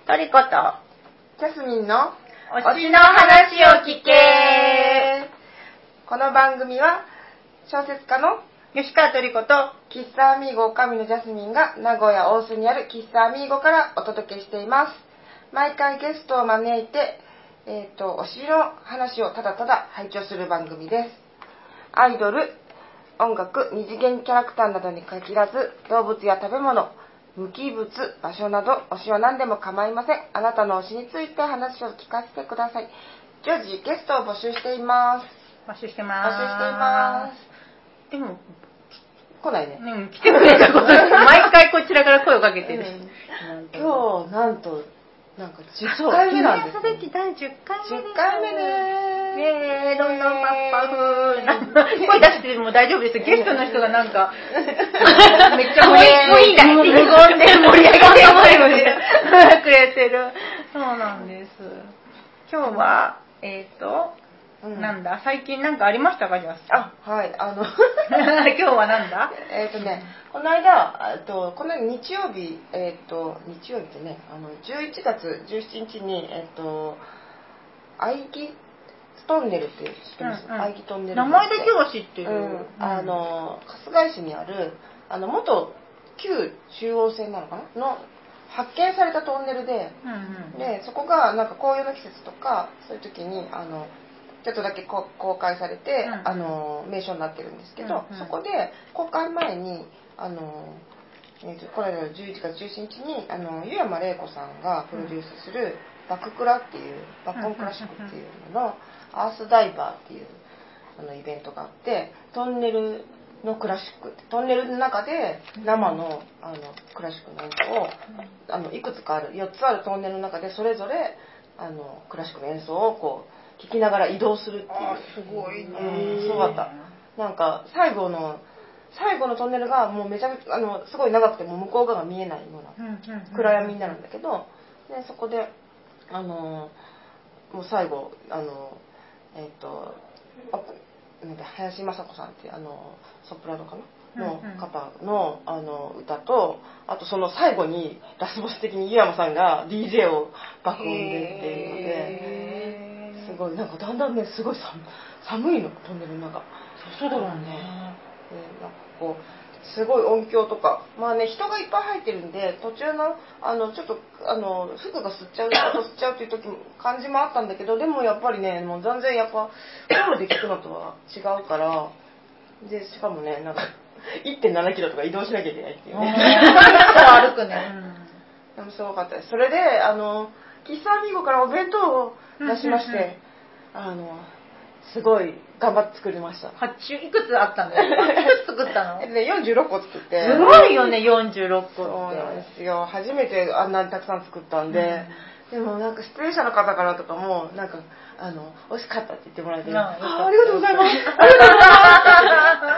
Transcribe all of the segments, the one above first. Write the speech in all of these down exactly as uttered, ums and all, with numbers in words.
トリコとジャスミンの推しの話を聞け。 この番組は小説家の吉川トリコと喫茶アミーゴ女将のジャスミンが名古屋大須にある喫茶アミーゴからお届けしています。毎回ゲストを招いて、えー、と推しの話をただただ拝聴する番組です。アイドル、音楽、二次元キャラクターなどに限らず、動物や食べ物、無機物、場所など推しは何でも構いません。あなたの推しについて話を聞かせてください。常時ゲストを募集しています。 募集してます。 募集しています。 でも来ないね。 うん、来てくれたこと毎回こちらから声をかけてるし、うん、 今日なんとなんかじゅっかいめなんです、 ね。記念すべきだいじゅっかいめです。 じゅっかいめでーす。ねえ、どんどんパッパフ声出しても大丈夫です。ゲストの人がなんかめっちゃ盛り上がって無言で盛り上がってくれてる。そうなんです。今日はえっ、ー、と、うん、なんだ最近なんかありましたか、じゃあ。あ、はい、あの今日はなんだ。 えっとね、この間、えっとこの日曜日、えっと日曜日ってね、あのじゅういちがつじゅうしちにちにえっと愛木トンネルって知ってます？うんうん、愛木トンネル。 名前だけは知ってる。うん、 あの春日井市にあるあの元旧中央線なのかなの発見されたトンネルで、うんうん、でそこがなんか紅葉の季節とかそういう時にあのちょっとだけ公開されて、うん、あの名所になってるんですけど、うんうん、そこで公開前にあの、えー、とこの間のじゅういちがつじゅうしちにちにあの湯山玲子さんがプロデュースするバッククラっていうバッコンクラシックっていうののアースダイバーっていうあのイベントがあって、トンネルのクラシックってトンネルの中で生の、あのクラシックの演奏をあのいくつかあるよっつあるトンネルの中でそれぞれあのクラシックの演奏をこう聴きながら移動するっていう。 あ、すごいね。 うん、すごかった。なんか最後の最後のトンネルがもうめちゃめちゃあのすごい長くても向こう側が見えないような暗闇になるんだけど、でそこであのもう最後あのえっ、ー、と林真子さんっていうあのソプラノかなの方のあの歌と、あとその最後にラスボス的に湯山さんが ディージェー を爆音でっていうので、すごいなんかだんだんねすごい 寒, 寒いのトンネルの中。 そうだろうね。 でなんかこうすごい音響とか、まあね人がいっぱい入ってるんで途中のあのちょっとあの服が吸っちゃう人と吸っちゃうっていう時も感じもあったんだけど、でもやっぱりねもう全然やっぱホールで聞くのとは違うから、でしかもねなんか いってんななキロとか移動しなきゃいけないっていうね。 歩くね。 でもすごかったです。それであの喫茶アミーゴからお弁当を出しまして、あのすごい頑張って作りました。 発注いくつあったんですか？いくつ作ったの？ えっとね、よんじゅうろっこ作って。 すごいよね、よんじゅうろっこって。 そうなんですよ。初めてあんなにたくさん作ったんで、うん、でもなんか出演者の方からとかもなんかあの美味しかったって言ってもらえて、あ, ありがとうございます。ありがとうございます。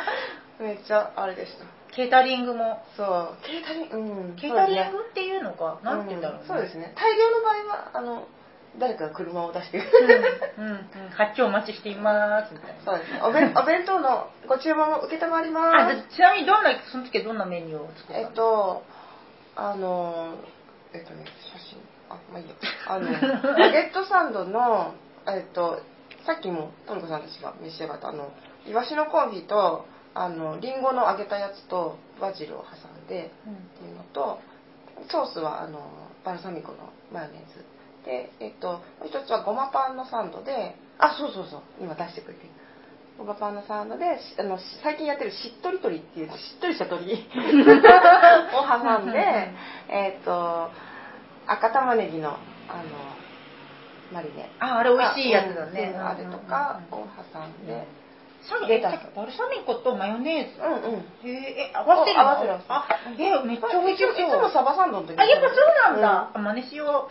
めっちゃあれでした。 ケータリングも。 そう、ケータリング、うん、 ケータリングっていうのか、なんて言うんだろうね、 うん。そうですね。大量の場合はあの誰かが車を出してくる、うんうんうん、発注お待ちしていますみたいな。 そうですね。お弁お弁当のご注文も受けたまります。 あ、ちなみにどんなその時はどんなメニューを作ったの？ えっとあのえっとね写真あまあいいよ。あのバゲットサンドのえっとさっきもトルコさんたちが召し上がったあのイワシのコンフィとあのリンゴの揚げたやつとバジルを挟んで、うん、っていうのと、ソースはあのバルサミコのマヨネーズで、えっともう一つはごまパンのサンドで、あそうそうそう今出してくれてるごまパンのサンドであの最近やってるしっとり鶏っていうしっとりした鶏を挟んでえっと赤玉ねぎのあのマリネ、 ああれ美味しいやつだね、 うん、あれとかを挟んで、 レタスバルサミコとマヨネーズ、 うんうん、 へえ合わせるの？ 合わせるあえめっちゃ美味しそう。 いつもサバサンドの時あやっぱそうなんだ、うん、真似しよう。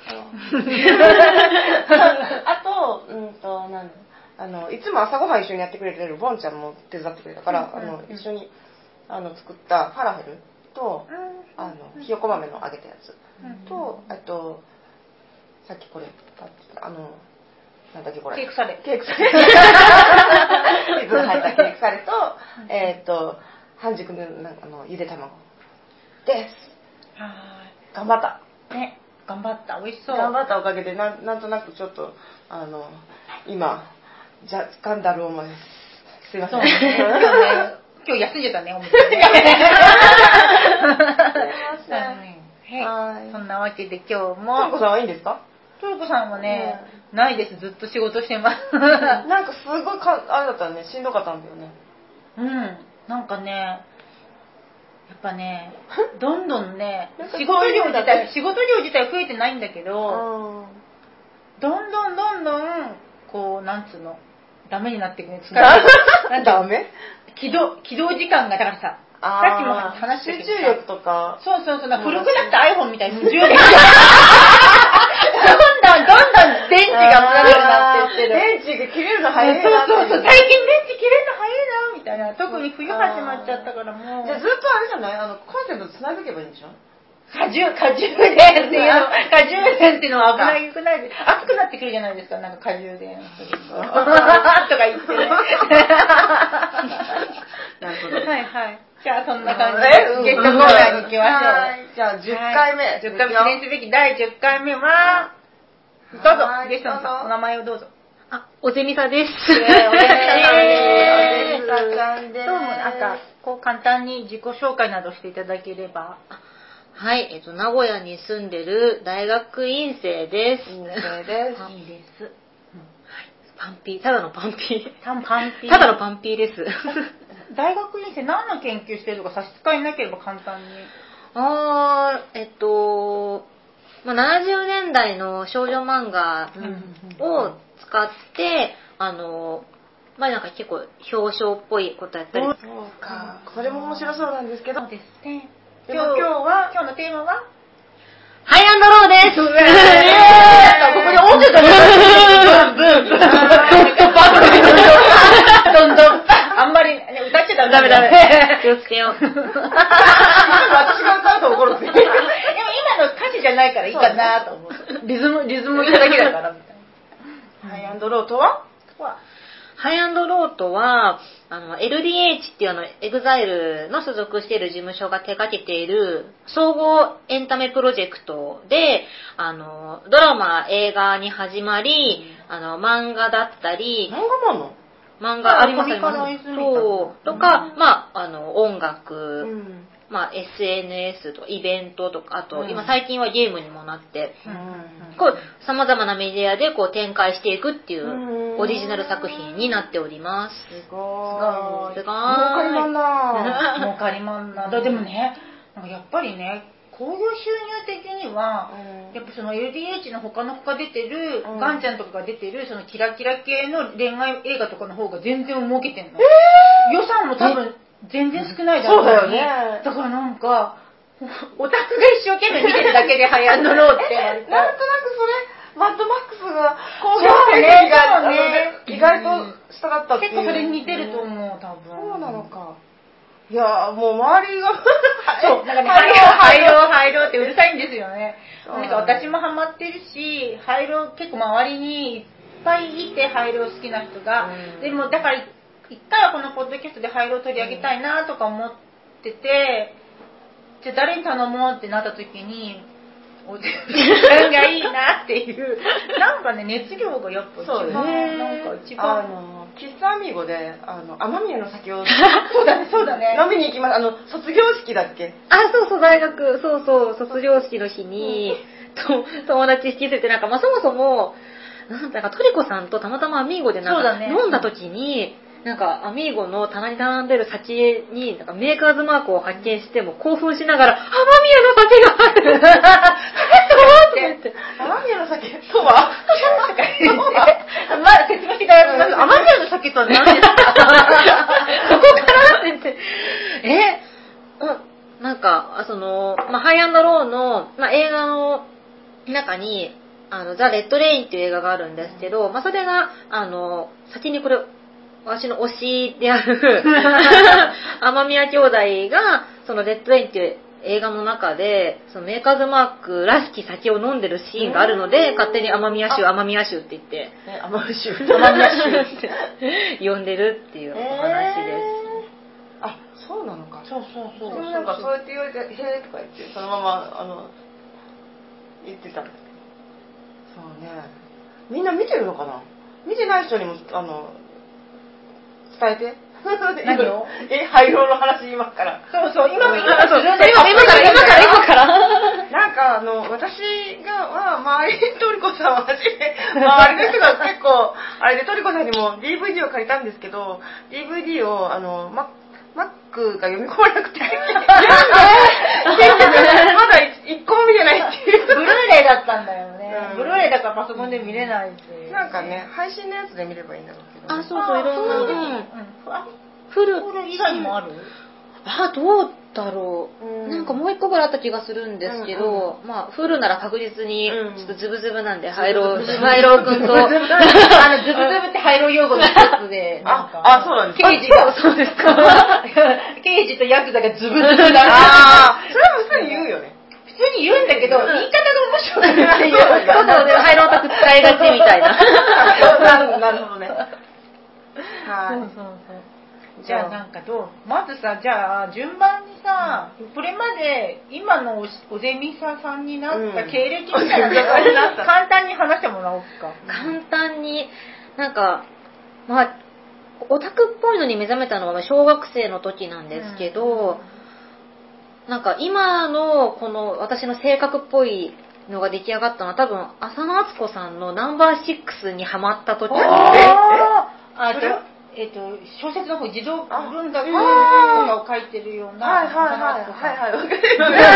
あとうんとなんだあのいつも朝ごはん一緒にやってくれてるボンちゃんも手伝ってくれたから、うんうんうん、あの一緒にあの作ったファラフェルと、うん、あのひよこ豆の揚げたやつ、うん、とあとさっきこれあのなんだっけこれケークサレケークサレ水が入ったケークサレと、うん、えっ、ー、と半熟のあのゆで卵です。 はい頑張ったね。 頑張った。美味しそう。 頑張ったおかげでな、なんとなくちょっと、あの、今、若干だろうまです。すいません。そうね。 今日休んでたね、お店で。すいません。はい。そんなわけで今日も。 トルコさんはいいんですか？ トルコさんはね、うん、ないです。ずっと仕事してます。 なんかすごいか、あれだったね、しんどかったんだよね。 うん。なんかね、やっぱね、どんどんね、仕事量自体、仕事量自体増えてないんだけど、どんどんどんどん、こう、なんつうの、ダメになっていくね。疲れる。ダメ？ 起動、起動時間が、だからさ、さっきも話したけど、 集中力とか。 そうそうそう、古くなった iPhone みたいに、充電が。どんどんどんどん電池が無駄になってってる。 電池が切れるの早いな。 そうそうそう、最近電池切れるの早いな、みたいな。特に冬始まっちゃったからもう。 じゃあずっとあれじゃない？あの、コンセントつなげけばいいんでしょ？ 過充、過充電っていうの、過充電っていうのは危ないくないです。熱くなってくるじゃないですか、なんか過充電すると。とか言ってね。 なるほど。 はいはい。じゃあそんな感じでゲストコーナーに行きましょう。 はい。じゃあじゅっかいめ。 じゅっかいめ、記念すべきだいじゅっかいめは、どうぞ、ゲストのさん、お名前をどうぞ。 あ、おぜみさです。 おぜみさんです。どうも、なんか、こう簡単に自己紹介などしていただければ。 はい、えっと、名古屋に住んでる大学院生です。 院生です。 いいです。 パンピー、ただのパンピー。 パンピー。 ただのパンピーです。 大学院生何の研究してるとか差し支えなければ簡単に。 あー、えっと、まあ、ななじゅうねんだいの少女漫画を使って、あの、まあなんか結構表彰っぽいことやったり。 そうか。それも面白そうなんですけど。 そうですね。 でも今日は、 今日のテーマはハイアンドローです。 うわーここに音楽がブンブンどんどんあんまり歌っちゃダメダメ気をつけよう。 私が歌うと怒るって。でも今の歌詞じゃないからいいかなと思う。リズム、リズムいただけだからみたいな。ハイアンドローとはハイアンドローとは、あの、エルディーエイチ っていうあの、エグザイルの所属している事務所が手掛けている総合エンタメプロジェクトで、あの、ドラマ、映画に始まり、あの、漫画だったり、 漫画もあんの？ 漫画ありますよね。そう。とか、まあ、あの、音楽、うん、まあ、エスエヌエス とかイベントとか、あと、うん、今最近はゲームにもなって、うん、こう、様々なメディアでこう展開していくっていうオリジナル作品になっております。 すごい。 すごい。儲かりまんな儲かりまんな。でもね、なんかやっぱりね、興行収入的には、うん、やっぱその エルディーエイチ の他の他出てる、うん、ガンちゃんとかが出てるそのキラキラ系の恋愛映画とかの方が全然儲けてんの、えー、予算も多分全然少ないだろうに、 そうだよね。 だからなんかオタクが一生懸命見てるだけでハイアンドローってなんとなくそれマッドマックスが興行成績が、ね、意外と下だったっていう、 結構それに似てると思う多分。 そうなのか。いやもう周りがそうなんかね入ろう入ろうってうるさいんですよね。なんか私もハマってるし入ろう結構周りにいっぱいいて入ろう好きな人が、うん、でもだから一回はこのポッドキャストで入ろう取り上げたいなとか思ってて、じゃあ誰に頼もうってなった時におじさんがいいなっていうなんかね熱量がやっぱ一番なんか一番あの喫茶アミーゴであの雨宮の酒をそうだねそうだね飲みに行きます。あの卒業式だっけ？ あそうそう大学そうそう卒業式の日にと友達引き連れてなんかまあそもそもなんだかトリコさんとたまたまアミーゴでなんか、ね、飲んだ時に。なんかアミーゴの棚に並んでる酒になんかメーカーズマークを発見しても興奮しながら雨宮の酒がある雨宮の酒とはまだ説明していただきます。雨宮の酒とは何ですかそこからって言ってえなんかその、まあ、ハイアンドローの、まあ、映画の中にあのザ・レッドレインっていう映画があるんですけど、まあ、それがあの先にこれ私の推しである雨宮兄弟がそのレッドレインっていう映画の中でそのメーカーズマークらしき酒を飲んでるシーンがあるので勝手に雨宮酒雨宮酒って言って雨宮酒雨宮酒って呼んでるっていうお話です、 えー、あそうなのか。 そうそうそうでもなんかそうやって言われてへーとか言ってそのままあの言ってた。そうね。みんな見てるのかな？見てない人にも、あの、伝えて。 何を？ え、廃炉の話言いますから。 そうそう、今、今、 今から、今から、今から。 なんか、あの、私が、は、周り、トリコさんはじめ、周りの人が結構、あれでトリコさんにも ディーブイディー を借りたんですけど、ディーブイディー を、あの、ママックが読み込まなくて。なんでまだ一個も見てないっていう。 ブルーレイだったんだよね。ブルーレイだからパソコンで見れないし。 なんかね、配信のやつで見ればいいんだろうけど。 あ、そうそう、いろんな。うん。 フル以外にもある？ あ、どうだろう。なんかもう一個ぐらいあった気がするんですけど、まあ、フルなら確実に、ちょっとズブズブなんで、ハイロー、ハイローくんと、あの、ズブズブってハイロー用語の一つで、なんか、 あ、そうなんですか。 刑事が、そうですか。刑事とヤクザがズブズブなんだ。 あー、それは普通に言うよね。 普通に言うんだけど、言い方が面白いっていう。 そうそう、ハイロータク使いがちみたいな。 なるほどね。はい。 そうそうそう。じゃあなんかどうまずさ、じゃあ順番にさ、うん、これまで今のおゼミさんになった経歴みたいなのを簡単に話してもらおうか。 簡単に、なんか、まあ、オタクっぽいのに目覚めたのは小学生の時なんですけど、うん、なんか今のこの私の性格っぽいのが出来上がったのは多分浅野敦子さんのナンバーシックスにハマった時。 ええあそれえっと、小説の方、児童文学とかを書いてるような、 はいはいはい。はいはい、わかるよね。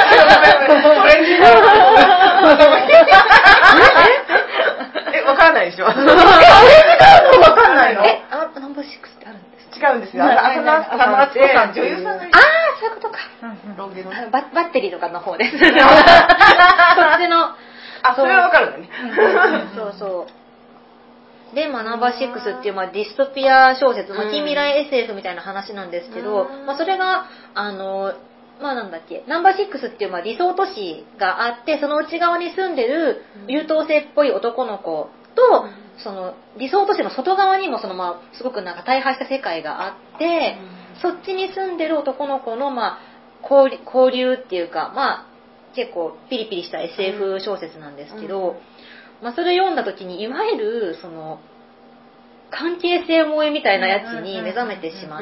え、わからないでしょ？え、あれ違うのわかんないの？ え、あ、ナンバーシックスってあるんですか？違うんですよ。浅野敦子さんって女優さんがいる。 ああ、そういうことか。 ロン毛のバッテリーとかの方です。そっちの。 あ、それはわかるんだね。 そうそう。で、まあ、ナンバーシックスっていう、まあ、ディストピア小説、まあ、近未来 エスエフ みたいな話なんですけど、まあ、それが、あの、まあ、なんだっけ、ナンバーシックスっていう、まあ、理想都市があって、その内側に住んでる優等生っぽい男の子と、その、理想都市の外側にも、その、まあ、すごくなんか大敗した世界があって、そっちに住んでる男の子の、まあ、交流、交流っていうか、まあ、結構ピリピリした エスエフ 小説なんですけど、まあ、それ読んだ時にいわゆるその関係性萌えみたいなやつに目覚めてしまって、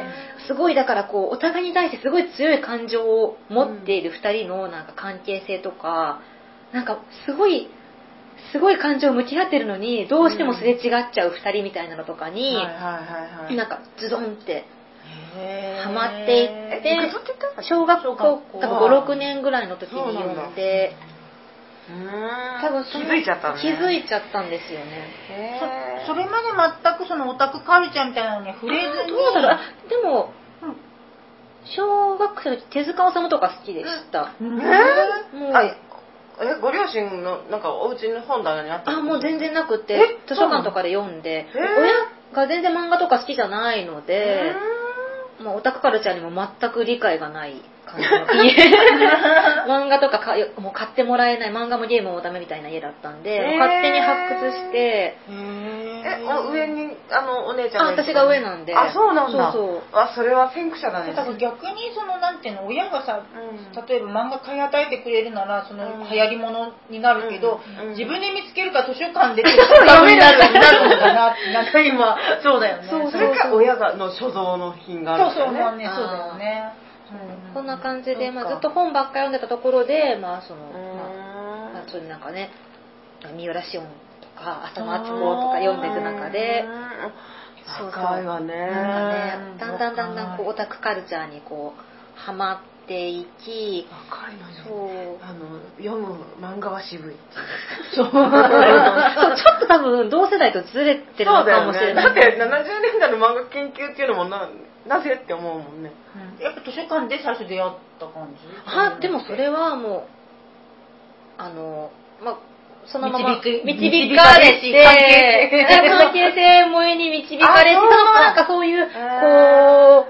すごいだからこうお互いに対してすごい強い感情を持っているふたりのなんか関係性とか、なんかすごいすごい感情を向き合ってるのにどうしてもすれ違っちゃうふたりみたいなのとかになんかズドンってハマっていって、小学校多分ご、ろくねんぐらいの時に読んで、 多分気づいちゃったんね。気づいちゃったんですよね。 そ, それまで全くそのオタクカルチャーみたいなのに触れずに。 どうだろう。でも、うん、小学生の時手塚治虫とか好きでした。 えー、もうあえご両親のなんかお家の本棚にあった？ あ、もう全然なくて図書館とかで読んで、親が全然漫画とか好きじゃないので、まあ、オタクカルチャーにも全く理解がない感じの家漫画とかかもう買ってもらえない、漫画もゲームもダメみたいな家だったんで、勝手に発掘して。 え、上にあのお姉ちゃんがいる？ あ、私が上なんで。 あ、そうなんだ。 そうそう。 あ、それは先駆者だね。 だから逆にそのなんていうの、親がさ、うん、例えば漫画買い与えてくれるならその流行り物になるけど、うんうん、自分で見つけるか図書館で読めなるになるのかなってなんか今そうだよね。 そう、それか親がの所蔵の品があるんだよね。 そうそうね、そうだよね。 うん、そんな感じで、まあ、ずっと本ばっか読んでたところで、まあそのまあ、まあ、そういうなんかね、三浦紫音とか浅野敦子とか読んでいく中で、 そうそう、若いわね。 なんかね、だんだんだんだんこうオタクカルチャーにこうハマっていき、 若いのね。 そうあの読む漫画は渋い。 そう。ちょっと多分同世代とずれてるのかもしれない。 そうだよね。だってななじゅうねんだいの漫画研究っていうのもななぜって思うもんね。 うん、やっぱ図書館で最初出会った感じ？ は、でもそれはもうあのまあ。そのまま導かれて、関係性萌えに導かれて、なんかそういう、こ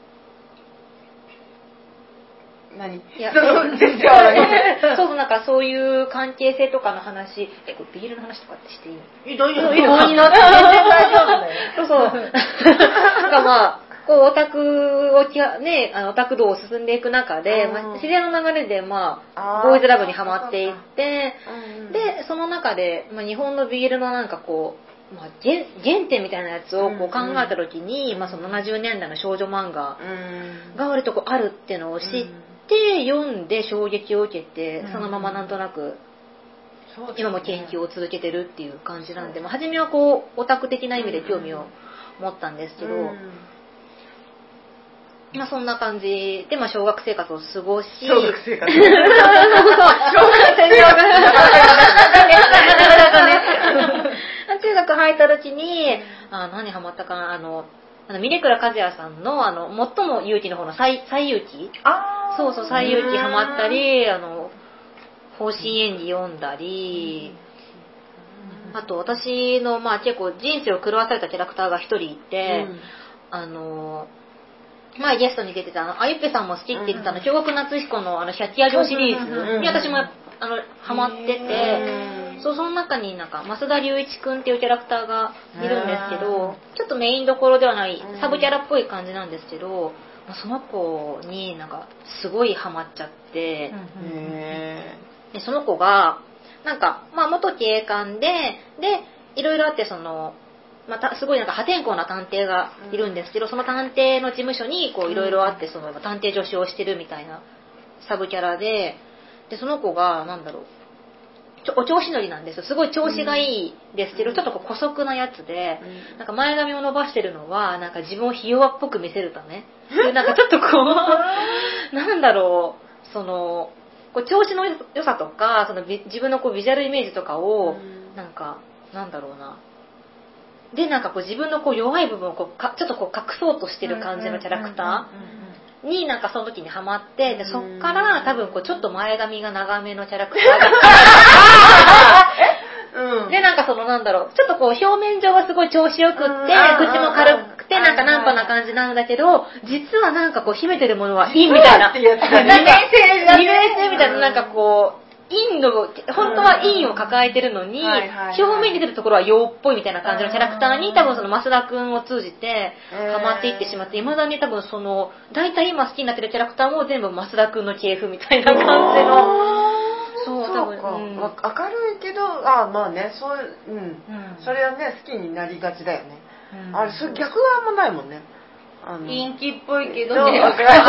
う、何？いや、そうそう、なんかそういう関係性とかの話、え、これビールの話とかってしていいの？ いい大丈夫。いいの？になって全然大丈夫だよ。 そうそう。がまあ、 こうオタクをきね、あのオタク道を進んでいく中で、まあ、自然の流れでまあボーイズラブにハマっていって、でその中で、まあ、日本の ビーエル のなんかこう、まあ、原, 原点みたいなやつをこう考えた時に、まあ、そのななじゅうねんだいの少女漫画が割とこうあるっていうのを知って読んで衝撃を受けて、そのままなんとなく今も研究を続けてるっていう感じなんで、まあ、初めはこうオタク的な意味で興味を持ったんですけど、まあそんな感じで、まあ小学生活を過ごし、 小学生活小学生活中学入った時に、あ何ハマったかな、あの、あの峰倉和也さんのあの最も勇気の方の最最勇気、あそうそう最勇気ハマったり、あの方針演技読んだり、あと私のまあ結構人生を狂わされたキャラクターが一人いて、うん、あの前ゲストに出てたあゆっぺさんも好きって言ってたの、京極夏彦のあの百鬼夜行シリーズに私もあのハマってて、そうその中になんか増田龍一くんっていうキャラクターがいるんですけど、ちょっとメインどころではないサブキャラっぽい感じなんですけど、その子になんかすごいハマっちゃって、でその子がなんかまあ元警官ででいろいろあってそのまあ、すごいなんか破天荒な探偵がいるんですけど、その探偵の事務所にこういろいろあってその探偵助手をしてるみたいなサブキャラで、でその子がなんだろうちょお調子乗りなんですよ。すごい調子がいいですけど、ちょっとこう姑息なやつで、なんか前髪を伸ばしてるのはなんか自分をひ弱っぽく見せるためで、なんかちょっとこうなんだろうそのこう調子の良さとかその自分のこうビジュアルイメージとかをなんかなんだろうなでなんかこう自分のこう弱い部分をこうかちょっとこう隠そうとしてる感じのキャラクターになんかその時にハマって、でそっから多分こうちょっと前髪が長めのキャラクターがでなんかそのなんだろうちょっとこう表面上はすごい調子よくって口も軽くてなんかナンパな感じなんだけど、実はなんかこう秘めてるものはいいみたいな二面性二面性みたいななんかこう陰の本当は陰を抱えてるのに、表面に出てるところは陽っぽいみたいな感じのキャラクターに多分その増田くんを通じてハマっていってしまって、いまだに多分その大体今好きになってるキャラクターも全部増田くんの系譜みたいな感じの。 そう多分、うん、明るいけどあまあねそう、うんうん、それはね好きになりがちだよね、うん、あれそれ逆はあんまないもんね。 あの陰気っぽいけどね。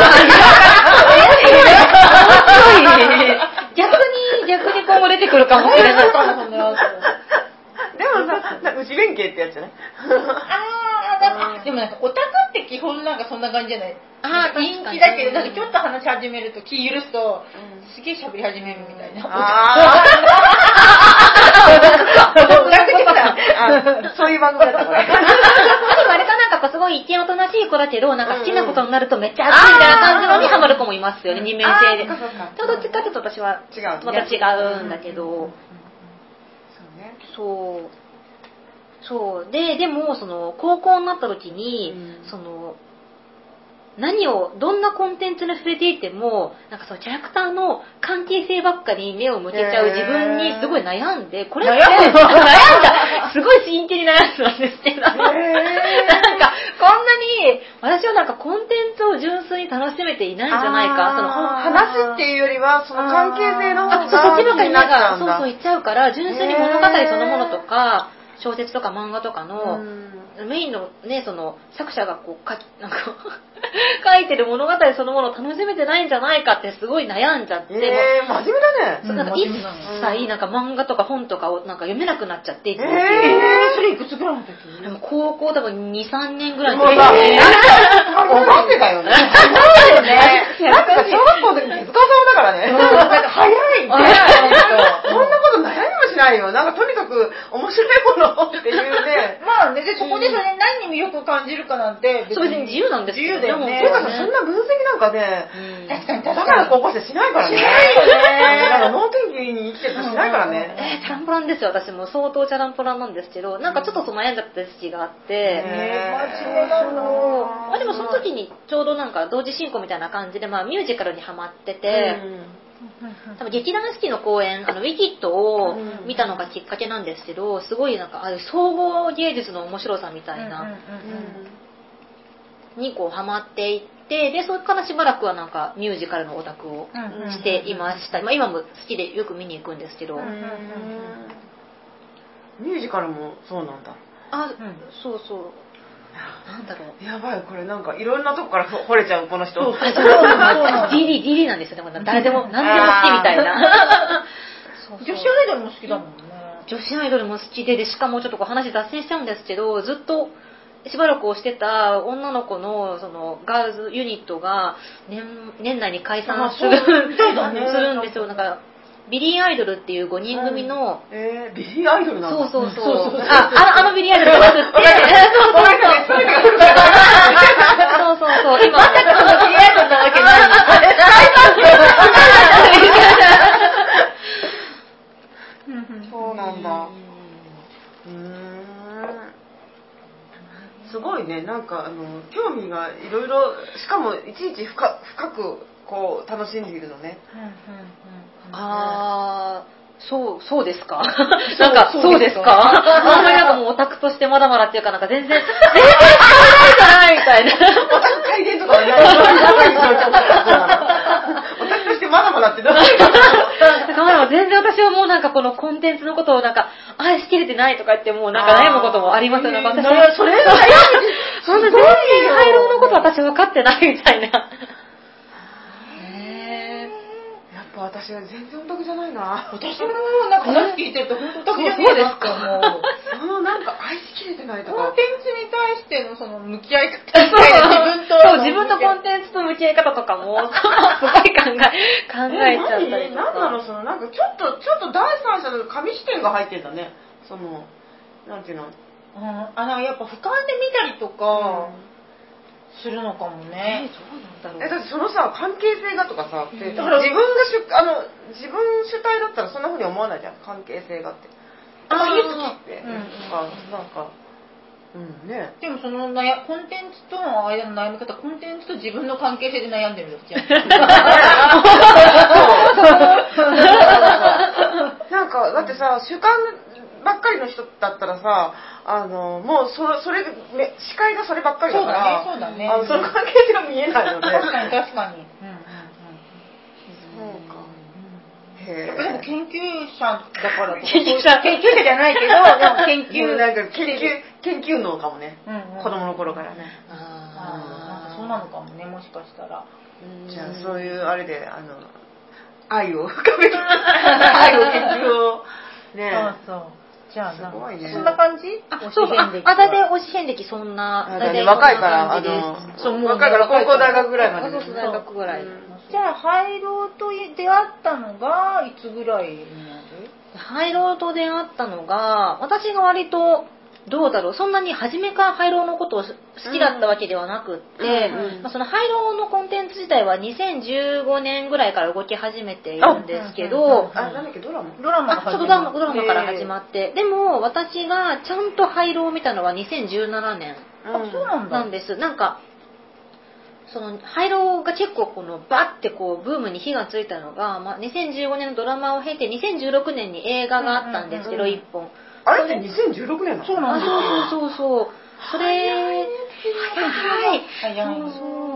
逆に逆に今後出てくるかもしれない。でもさ、内弁慶ってやつじゃない？ ああ、でもなんかオタクって基本なんかそんな感じじゃない？あ陰気だけどなんかちょっと話し始めると気許すとすげえ喋り始めるみたいな。ああ、そういう番組だったこれ。 あとあれかなんかすごい一見おとなしい子だけどなんか好きなことになるとめっちゃ熱いみたいな感じのにハマる子もいますよね、二面性で。ただどっちかっていうと私はまた違うんだけど。そうそうででもその高校になった時に、うん、その何をどんなコンテンツに触れていてもなんかそのキャラクターの関係性ばっかり目を向けちゃう自分にすごい悩んで、これって悩んだすごい真剣に悩んだんですけど、なんかこんなに私はなんかコンテンツを純粋に楽しめていないんじゃないか、その話っていうよりはその関係性の方がそっちばかりなんかそうそう言っちゃうから純粋に物語そのものとか小説とか漫画とかのメインのねその作者がこう書きなんか書いてる物語そのものを楽しめてないんじゃないかってすごい悩んじゃって、 えー、真面目だね。 そうなんか一切なんか漫画とか本とかをなんか読めなくなっちゃって、えー、 それいくつぐらいの時？ でも高校多分に、さんねんぐらいの時。もうさ、なんでだよね。すごいよね。なんか小学校の時手塚さんだからね。なんか早い。早い。そんなこと悩みもしないよ。なんかとにかく面白いものっていうね。 まあね、でそこでそれ何に魅力を感じるかなんて別に自由なんですよ。 自由だよね。 ていうかさ、そんな分析なんかね、 確かに確かに。 だから高校生しないからね。しないよね。だから脳天気に生きてるとしないからね。 えー、チャランポランですよ。私も相当チャランポランなんですけど、なんかちょっとその悩んじゃった時期があって、 えー、真面目だの。 まあでもその時にちょうどなんか同時進行みたいな感じで、まあミュージカルにハマってて、多分劇団四季の公演あのウィキッドを見たのがきっかけなんですけど、すごいなんかああいう総合芸術の面白さみたいなにこうハマっていって、でそれからしばらくはなんかミュージカルのオタクをしていました、まあ、今も好きでよく見に行くんですけど、うんうんうん、 ミュージカルもそうなんだ。 あ、うん、そうそう、なんだろう、 やばい、これなんかいろんなとこから惚れちゃうこの人。そうそうそうそうなんディリディリなんですよね。誰でも何でも好きみたいな。 そうそう、女子アイドルも好きだもんね。 女子アイドルも好きで、でしかもちょっとこう話脱線しちゃうんですけど、ずっとしばらく推してた女の子のそのガールズユニットが 年, 年内に解散する、ね、するんですよ。なんかビリーアイドルっていうごにん組の、 うん、えー、ビリーアイドルなの？ そうそうそう。そうそうそう、あ, あ, あのビリーアイドルじゃなくて、そうそうそうそう、今まさかそのビリーアイドルなわけない。 そうなんだ。うーん。すごいね、なんかあの興味がいろいろ、しかもいちいち深深くこう楽しんでいるのね。うんうんうん、 ああ、そうそうですか。なんかそうですか。あんまりなんかもうオタクとしてまだまだっていうか、なんか全然全然知らないじゃないみたいな。 オタク改善とかはない。オタクとしてまだまだってどういうこと？ 全然私はもうなんかこのコンテンツのことをなんか愛しきれてないとか言ってもうなんか悩むこともありますよ。なんか私はそれはそんな全然廃炉のこと私分かってないみたいな。 やっぱ私は全然オタクじゃないな。 私もなんか話聞いてると本当オタクじゃないですか。もうそのなんか愛しきれてないとか。 コンテンツに対してのその向き合い方みたいな、自分とそう自分とコンテンツと向き合い方とかもすごい考え考えちゃったりとか。 え、何なのそのなんかちょっとちょっと第三者の紙視点が入ってんだね。そのなんていうの。うん、 あのやっぱ俯瞰で見たりとか。うんするのかもね。 えー、そうなんだろう。 えだってそのさ関係性がとかさ、うん、だから自分が主あの自分主体だったらそんな風に思わないじゃん、関係性がって。ああいい好きって、うん、とかなんかうんね。 でもその悩コンテンツとの間の悩み方、コンテンツと自分の関係性で悩んでるんですよ。 なんかだってさ主観ばっかりの人だったらさ。あのもう そ, それね視界がそればっかりだからそうだね、 そうだね、あのその関係性が見えないので確かに確かに、うんうんうん、そうか、 うん、へえ。でも研究者だからとか研究者研究者じゃないけどでも研究なんか研究研究能かもね、うんうん、子供の頃からね。 ああ、なんかそうなのかもね、もしかしたら。 じゃあそういうあれであの愛を深める愛を研究をね。 そうそう。じゃあすごいね。 そんな感じ？ あ、そうそう。あ、だいたい推し遍歴そんな。 だいたい若いからあの、そう若いから高校大学ぐらいまで。 高校大学ぐらい。 じゃあ廃炉と出会ったのがいつぐらいになる？ 廃炉と出会ったのが私が割とどうだろう、そんなに初めから廃炉のことを好きだったわけではなくって、うんうんまあ、その廃炉のコンテンツ自体はにせんじゅうごねんぐらいから動き始めているんですけど、 あ、なんだっけ、ドラマドラマが始まって、ドラマから始まって、でも私がちゃんと廃炉を見たのはにせんじゅうななねんなんです。なんかその廃炉が結構このバッてこうブームに火がついたのが、まあ、にせんじゅうごねんのドラマを経てにせんじゅうろくねんに映画があったんですけど、いっぽん。 あれってにせんじゅうろくねんなの？ そうなんですよ。そうそう。それ、 早い。 早い。そうそう。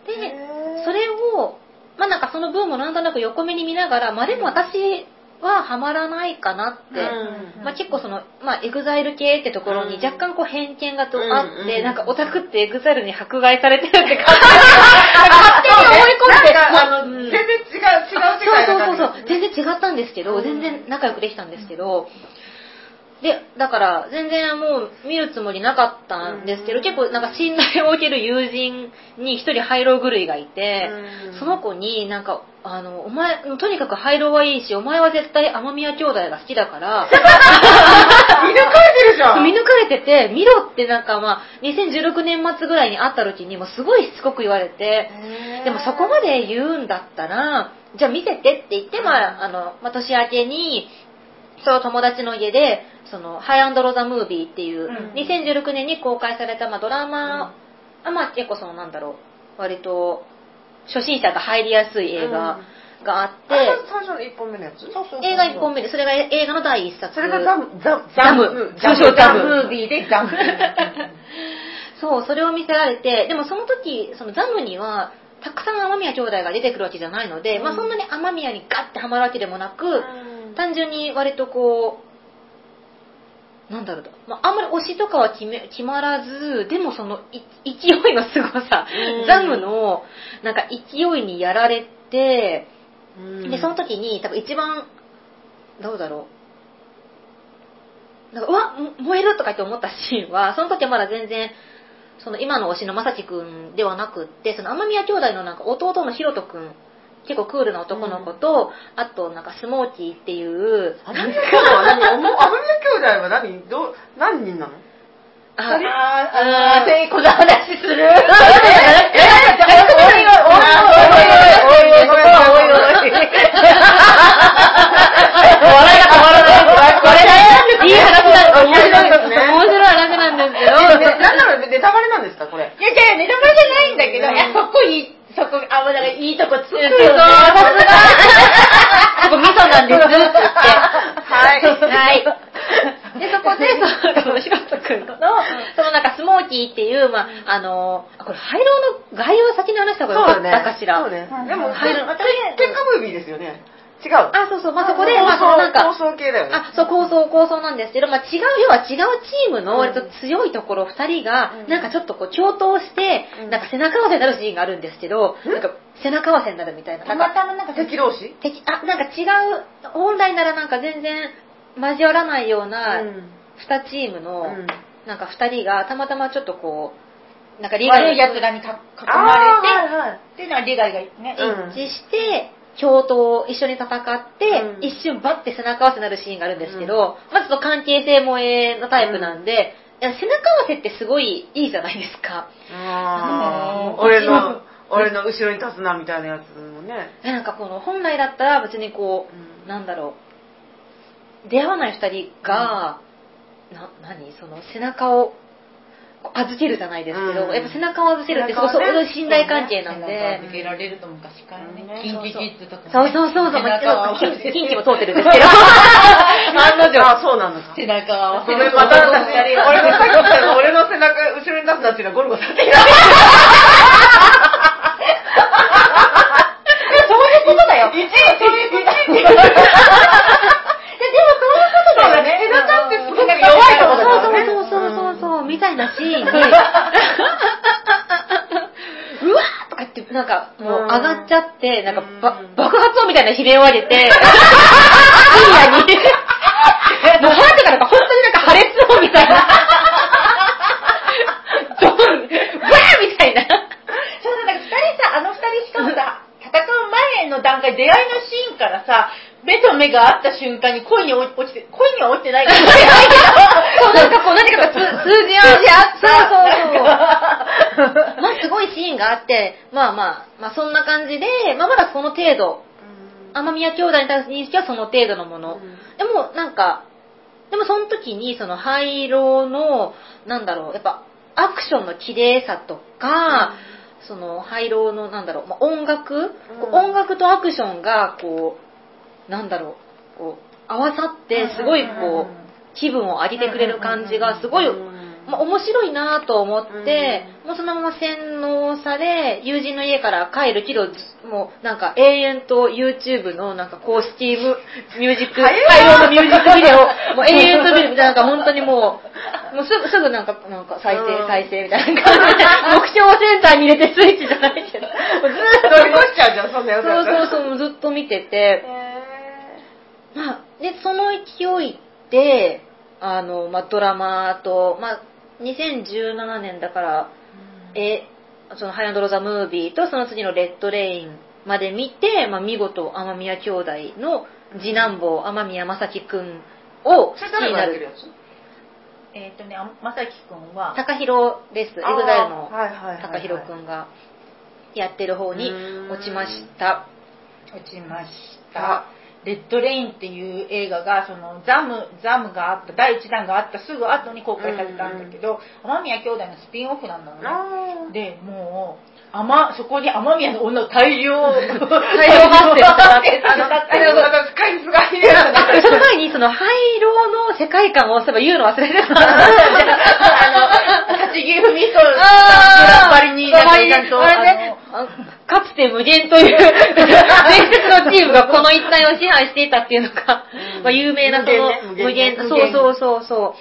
で、それを、まあなんかそのブームをなんとなく横目に見ながら、まあでも私はハマらないかなって、うん、まあ結構その、まあエグザイル系ってところに若干こう偏見がとあって、うん、なんかオタクってエグザイルに迫害されてるって勝手に思い込んで、 あの、うん、全然違う、違う世界だったんです。 そうそうそうそう、全然違ったんですけど、全然仲良くできたんですけど、で、だから全然もう見るつもりなかったんですけど、結構なんか信頼を受ける友人に一人廃炉狂いがいて、その子になんか、あの、お前、とにかく廃炉はいいし、お前は絶対天宮兄弟が好きだから、 見抜かれてるじゃん。 見抜かれてて、見ろってなんかまあ、にせんじゅうろくねん末ぐらいに会った時にもすごいしつこく言われて、でもそこまで言うんだったら、じゃあ見せてって言って、まあ、あの、まあ、年明けに、その友達の家で、そのハイアンドロザムービーっていう、うん、にせんじゅうろくねんに公開された、まあ、ドラマ、うん、あまあ結構そのなんだろう割と初心者が入りやすい映画があって、うん、 あれが最初のいっぽんめのやつ？ 映画いっぽんめで、それが映画のだいいっさつ。 それがザムザザムザムザムービーでザムそう、それを見せられて、でもその時、そのザムには、たくさん雨宮兄弟が出てくるわけじゃないので、うん、まあそんなに雨宮にガッてハマるわけでもなく、うん、単純に割とこう、なんだろう、まあ、あんまり推しとかは決め決まらず、でもその勢いのすごさ、うん、ザムのなんか勢いにやられて、うん、でその時に多分一番どうだろう、なんかうわ燃えるとか言って思ったシーンは、その時はまだ全然その今の推しのまさきくんではなくって、その雨宮兄弟のなんか弟のひろとくん、結構クールな男の子と、うん、あとなんかスモーキーっていう雨宮兄弟は何？雨宮兄弟は何？ど何人なの？ ああ、あー、この話する？おいおいおいおいおいおいおいおい笑いが止まらない。これだよ。いい話なんです。面白いですね。 面白い話なんですけど。 なんだろう、ネタバレなんですかこれ？ いやいやネタバレじゃないんだけど、いやそこいいそこあもうなんかいいとこつくよね。 そうさすが。ここ味噌なんですって言って。 はいはい。でそこでそのひろとくんのそのなんかスモーキーっていうまああのこれ廃炉の概要を先に話した方がよかったかしら。 そうね。でも廃炉結果ムービーですよね。違う。 あ、そうそう、まあ、そこで、まあ、そのなんか、 構想系だよね。 あ、そう、構想、構想なんですけど、まあ、違う、要は違うチームの割と強いところふたりが、うん、なんかちょっとこう、共闘して、うん、なんか背中合わせになるシーンがあるんですけど、うん、なんか背中合わせになるみたいな。 たまたまなんか敵同士？ 敵、あ、なんか違う、本来ならなんか全然交わらないような、にチームの、なんかふたりが、たまたまちょっとこう、なんかリガイ悪い奴らに囲まれて、はいはい、っていうのはリガイがね、 一致して、共闘一緒に戦って、うん、一瞬バッて背中合わせになるシーンがあるんですけど、うん、まずその関係性萌えのタイプなんで、うん、いや背中合わせってすごいいいじゃないですか。 あ俺の俺の後ろに立つなみたいなやつもね。 なんかこの本来だったら別にこう、うん、なんだろう、出会わないふたりが、うん、な何その背中を預けるじゃないですけど、うん、やっぱ背中を預けるってすごいそういう信頼関係なんで、 預けられると昔からね、キンキキッズとか、ね、 そうそうそうそう、キンキも通ってるんですけど、 案の定、あ、そうなんです。 背中を合わせる。また俺のさっき言った俺の背中後ろに出すなっていうのはゴルゴさんって言われそういうことだよ。一応そういうことだよ。でもそういうことだよね。 背中ってすごく弱いとこだからね。 そうそうそうそうみたいなシーンにうわーとか言ってなんかもう上がっちゃってなんかば爆発音みたいな悲鳴を上げて深夜にもうハートがなんか本当になんか破裂音みたいなドンわーみたいな。 そうだ、なんかふたりさ、あのふたりしかもさ戦う前の段階、出会いのシーンからさ、目と目が合った瞬間に恋に落ちて、恋には落ちてないかもしれないけど、 そうなんかこう何か数字を、数字あった。そうそうそう。まあすごいシーンがあって、まあまあ、まあそんな感じで、まあまだその程度、雨宮兄弟に対する認識はその程度のもの。でもなんか、でもその時にその廃炉の、なんだろう、やっぱアクションの綺麗さとか、うん、その廃炉のなんだろう、まあ、音楽、うん、音楽とアクションがこうなんだろう、こう合わさってすごいこう気分を上げてくれる感じがすごい、まあ、面白いなと思って、もうそのまま洗脳され友人の家から帰るけどもうなんか永遠と YouTube のなんか公式ミュージック廃炉のミュージックビデオもう永遠と見るみたいな、なんか本当にもうもうすぐすぐなんかなんか再生再生みたいな感じで目標センターに入れてスイッチじゃないけどずっと見しちゃうじゃんそんなやつ。 そうそうそうずっと見てて、まあでその勢いであのまあドラマとまあにせんじゅうななねんだから、うん、えそのハイアンドローザムービーとその次のレッドレインまで見て、まあ、見事雨宮兄弟の次男坊雨宮正樹くんを好きになる。 えっとね正樹くんは高弘です。エグザイルの高弘くんがやってる方に落ちました。 落ちました。レッドレインっていう映画がそのザムザムがあっただいいちだんがあったすぐ後に公開されたんだけど、雨宮兄弟のスピンオフなんだのね。でもう雨そこに雨宮の女を大量大量発生したってあのスカイスがその前にその廃炉の世界観をそういえば言うの忘れてた。 あの立ち木文彦さんがバリになんかちゃんと、 あれあかつて無限という伝説のチームがこの一帯を支配していたっていうのが、うん、まあ有名なその無限、無限、そうそうそうそう、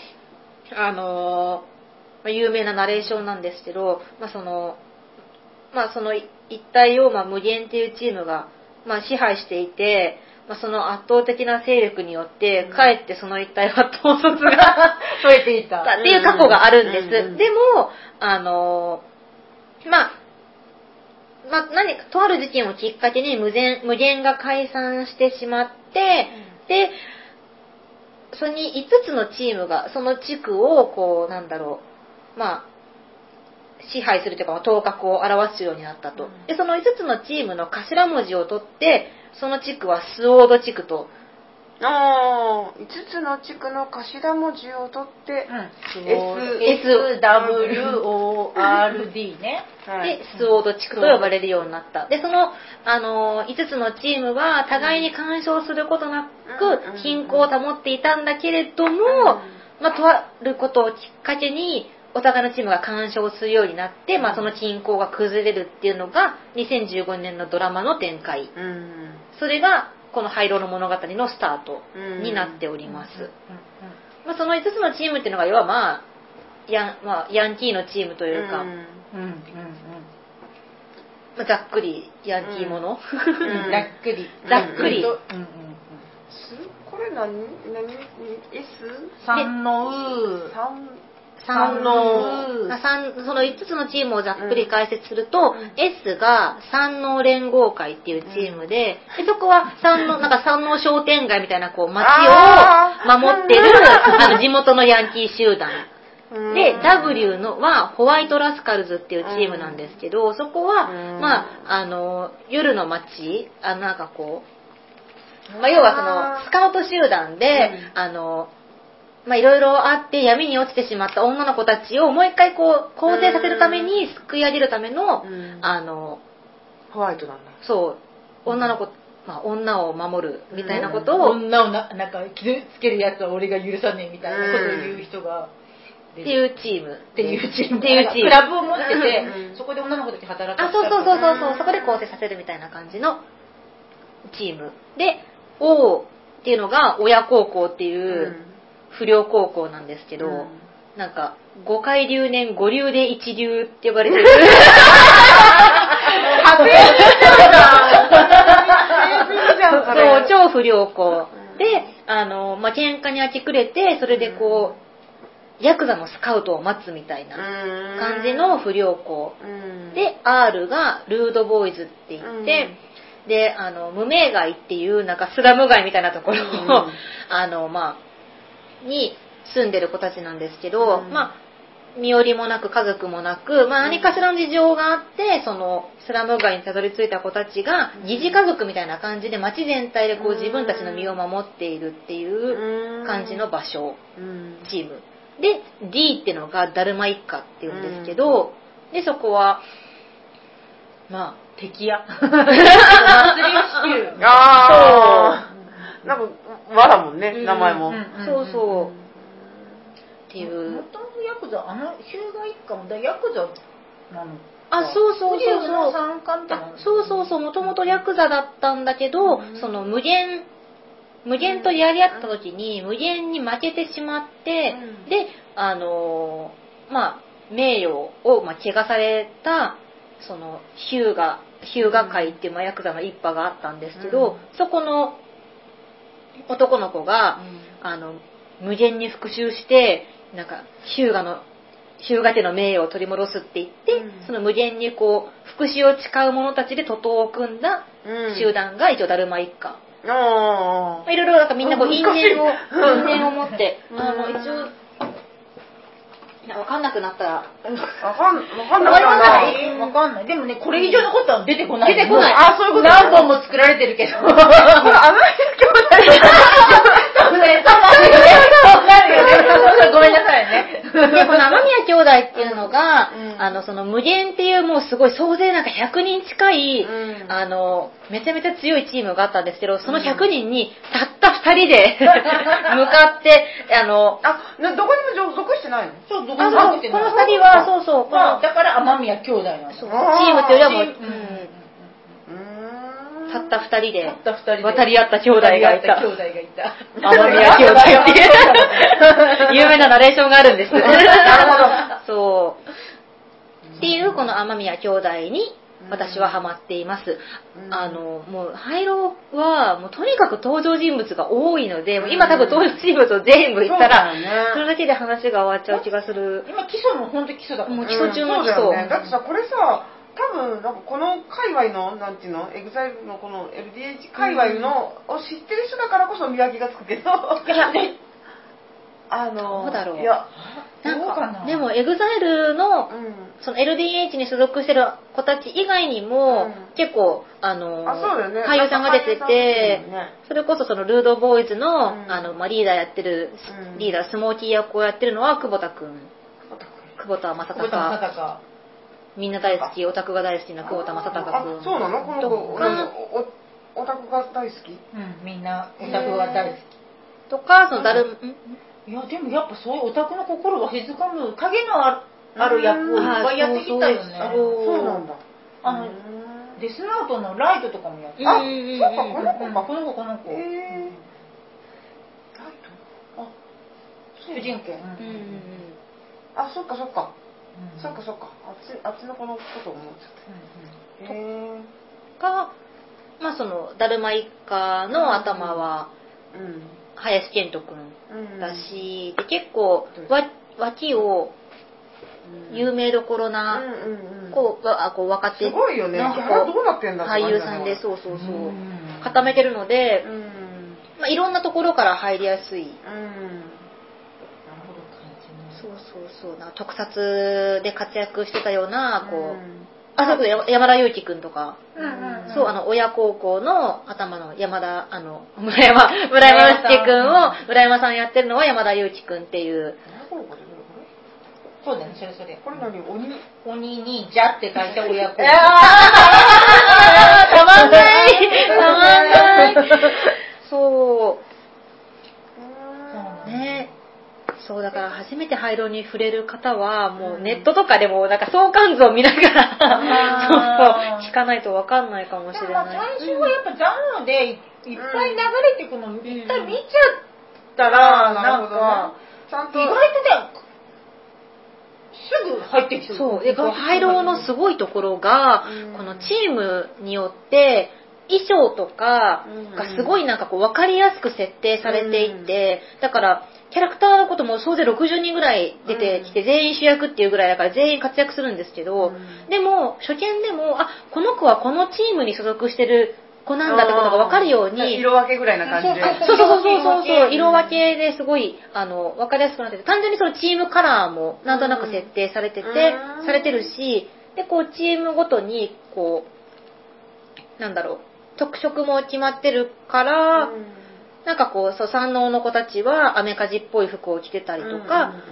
あのー、まあ、有名なナレーションなんですけど、まあその、まあその一帯をまあ無限っていうチームがまあ支配していて、まあ、その圧倒的な勢力によって、かえってその一帯は統率が増えていたっていう過去があるんです。うんうん、でも、あの、まあ、まあ、何か、とある事件をきっかけに無限、無限が解散してしまって、うん、で、それにいつつのチームが、その地区を、こう、なんだろう、まあ、支配するというか、頭角を表すようになったと。で、そのいつつのチームの頭文字を取って、その地区はスオード地区と。 ああ、いつつの地区の頭文字を取って、 うん、エスダブリューオーアールディー ね。 で、スオード地区と呼ばれるようになった。で、その、あの、いつつのチームは互いに干渉することなく、均衡を保っていたんだけれども、まあ、とあることをきっかけに、お互いのチームが干渉するようになって、まあ、その均衡が崩れるっていうのがにせんじゅうごねんのドラマの展開、うん、それがこの灰色の物語のスタートになっております、うんうんまあ、そのいつつのチームっていうのが要は、まあヤン、まあ、ヤンキーのチームというか、うんうんうんまあ、ざっくりヤンキーもの、 うん、ざっくりざっくり、うんうんうん、 これ何何 S？ さんのう三の、そのいつつのチームをざっくり解説すると、うん、S が三能連合会っていうチームで、でそこは三能、なんか三能商店街みたいなこう街を守ってるあの地元のヤンキー集団。で、W のはホワイトラスカルズっていうチームなんですけど、そこは、まあ、あの、夜の街、あのなんかこう、まあ、要はその、スカウト集団で、あの、まあいろいろあって闇に落ちてしまった女の子たちをもう一回こう更生させるために救い上げるためのあのホワイトなんだ。 そう女の子まあ女を守るみたいなことを女をななんか傷つけるやつは俺が許さねえみたいなことを言う人がっていうチームっていうチームっていうチームクラブを持っててそこで女の子たち働かせたあそうそうそうそうそこで構成させるみたいな感じのチームで O っていうのが親孝行っていう、うん不良高校なんですけど、うん、なんか五回留年五流で一流って呼ばれてるそう超不良校であの、まあ、喧嘩に明け暮れてそれでこうヤクザのスカウトを待つみたいな感じの不良校で R がルードボーイズって言ってであの無名街っていうなんかスラム街みたいなところをあのまあに住んでる子たちなんですけど、うん、まあ身寄りもなく家族もなく、まあ、何かしらの事情があってそのスラム街にたどり着いた子たちが疑似家族みたいな感じで街全体でこう自分たちの身を守っているっていう感じの場所、うん、チームで D っていうのがダルマ一家っていうんですけど、うん、でそこはまあ敵や祭り支給ああなんか和だもんね、うん、名前も、うんうんうん、そうそうっていうもともとヤクザあの日向一家もヤクザなのあそうそうそうそう参加みたいなそうそうそうもともとヤクザだったんだけど、うん、その無限無限とやり合った時に無限に負けてしまって、うん、であのー、まあ名誉を、まあ、汚されたその日向日向会っていう、まあ、ヤクザの一派があったんですけど、うん、そこの男の子が、うん、あの無限に復讐してなんか日向の日向家の名誉を取り戻すって言って、うん、その無限にこう復讐を誓う者たちで徒党を組んだ集団が一応ダルマ一家、うんまあ、いろいろなんかみんなこう因縁を因縁を持ってあの一応わかんなくなったらわかんわかんないわかんないでもねこれ以上のことは出てこない出てこないあそういうこと何本も作られてるけどこれあの兄弟そうねそうなるよねごめんなさいねでこの雨宮兄弟っていうののが、 うん、 あのその無限っていうもうすごい総勢なんかひゃくにん近い、 うん、 あのめちゃめちゃ強いチームがあったんですけど、そのひゃくにんにたったふたりで向かってあのあなどこにも属してないの？ そうどこにも属してない。 このふたりはそうそう、 まあ、だから雨宮兄弟なんです。 チームっていうよりはもう、うんうん、 たったふたりでたったふたりで渡り合った兄弟がいた。 兄弟がいた。 雨宮兄弟っていう有名なナレーションがあるんです。 なるほど。 そう。っていうこの雨宮兄弟に私はハマっています。 うん、 あのもう廃炉はもうとにかく登場人物が多いので、うん、今多分登場人物を全部言ったら そ,、ね、それだけで話が終わっちゃう気がする。 今基礎も本当に基礎だから、 もう基礎中の基礎、 うん、そうだよね。だってさこれさ多分なんかこの界隈のなんていうのエグザイルのこの エルディーエイチ 界隈の、うん、を知ってる人だからこそ見分けがつくけどあのどうだろう。 いやなんかでもエグザイルの、うん、その エルディーエイチ に所属してる子たち以外にも、うん、結構あのあそうだよね、 俳優さんが出てて、 ね、 それこそそのルードボーイズの、 うん、 あのまあ、リーダーやってる、うん、リーダースモーキー役をやってるのは久保田くん、久保田正孝、みんな大好き、オタクが大好きな久保田正孝くん。 あ、そうなの？この子オタクが大好き？ うん、みんなオタクが大好き。 とかそのだる、うん、 いやでもやっぱそういうオタクの心を静かむ影のある役をいっぱいやってきたよね。 そうなんだ。 あのデスノートのライトとかもやって。 あ、そうかこの子かこの子この子。 へえ。ライト？あ、 主人公。 あ、そっかそっか。そっかそっか。あっちあっちの子のこと思っちゃった。へえ。 がまあそのダルマ一家の頭は。林遣都くんだし、うん、で結構わ脇を有名どころな、うん、こうあこう若手すごいよね。 なんかこうどうなってんだ俳優さんでそうそうそう、うん、固めてるので、うんまあ、いろんなところから入りやすい、うん、なるほど感じそうそうそうな特撮で活躍してたようなこう、うんあ、そうそう山田裕貴くんとか、うんうんうん、そうあの親孝行の頭の山田あの村山村山之介くんを村山さんやってるのは山田裕貴くんっていう。 そうだねそれそれ。 これ何鬼鬼にじゃって書いて親孝行。 たまんないたまんない。そう。そうね。そうだから初めて廃炉に触れる方はもうネットとかでもなんか相関図を見ながらそうそう聞かないと分かんないかもしれない。 最初はやっぱジャンルでいっぱい流れていくの一回見ちゃったらなんかちゃんと意外とねすぐ入ってきそう。 そうで廃炉のすごいところがこのチームによって衣装とかがすごいなんかこう分かりやすく設定されていてだからキャラクターのことも総勢ろくじゅうにんぐらい出てきて、うん、全員主役っていうぐらいだから全員活躍するんですけど、うん、でも初見でもあこの子はこのチームに所属してる子なんだってことが分かるように色分けぐらいな感じでそうそうそうそうそう色分けですごいあの分かりやすくなってて単純にそのチームカラーもなんとなく設定されてて、うん、されてるしでこうチームごとにこうなんだろう特色も決まってるから、うんなんかこうそう山王の子たちはアメカジっぽい服を着てたりとか、うんうんうん、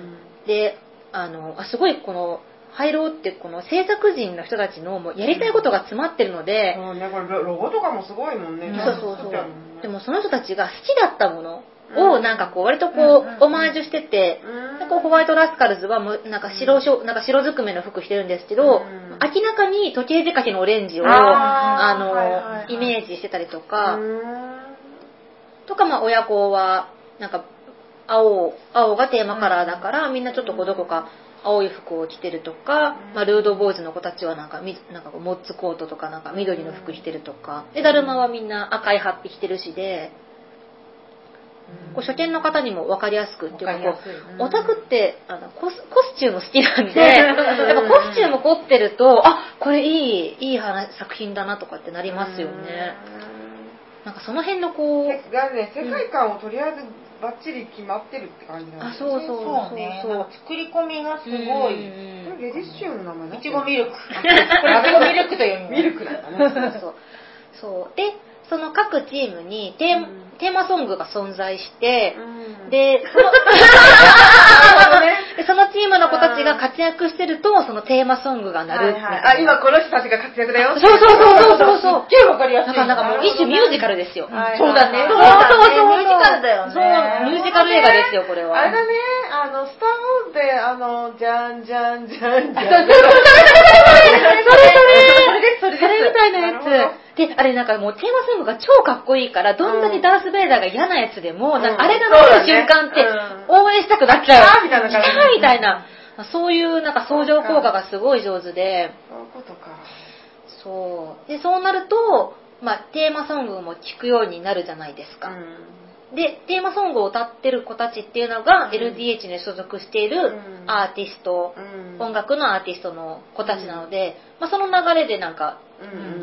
であのあすごいこの廃炉ってこの制作人の人たちのもうやりたいことが詰まってるので、 うんね、これロゴとかもすごいもんね、うん、 そうそうそう、ね、でもその人たちが好きだったものをなんかこう割とこうオマージュしてて、うん、でこうホワイトラスカルズはもうなんか白、うん、なんか白ずくめの服着てるんですけど、うん、明らかに時計仕掛けのオレンジをあの、はいはいはい、イメージしてたりとか、うんとかまあ親子はなんか青青がテーマカラーだからみんなちょっとこうどこか青い服を着てるとか、まあ、ルードボーイズの子たちはなんかなんかこうモッツコートとかなんか緑の服着てるとかでだるまはみんな赤いハッピー着てるしでこう初見の方にも分かりやすくっていうかこうオタクってあのコス、コスチューム好きなんでやっぱコスチューム凝ってるとあこれいいいい話作品だなとかってなりますよね。なんかその辺のこうがね世界観をとりあえずバッチリ決まってるって感じなんですね。あそうそうそうね。そう作り込みがすごい。 これレディッシュの名前いちごミルク。これいちごミルクというミルクなんだね。 そうそうそうでその各チームにテー,、うん、テーマソングが存在して、うん、でそのででそのチームの子たちが活躍してると、そのテーマソングが鳴る。 はいはい、あ、今この人たちが活躍だよ。 そうそうそうそうそう。 すっげえわかりやすい。 なんか、なんかもう一種ミュージカルですよ。 そうだね。 そうそうそう。 ミュージカルだよね。 そう、ミュージカル映画ですよ、これは。 あれだね、あの、スターウォーズで、あの、じゃんじゃんじゃんじゃん。それそれそれそれそれそれそれみたいなやつ。で、あれなんかもうテーマソングが超かっこいいから、どんなにダース・ベイダーが嫌なやつでも、なんかあれが鳴る瞬間って応援したくなっちゃう。 みたいな感じ。 みたいな。そういうなんか相乗効果がすごい上手で。 そういうことか。 そう。で、そうなると、まあテーマソングも聴くようになるじゃないですか。うん、で、テーマソングを歌ってる子たちっていうのが、うん、エルディーエイチ に所属しているアーティスト、うん、音楽のアーティストの子たちなので、まあその流れでなんか、うん、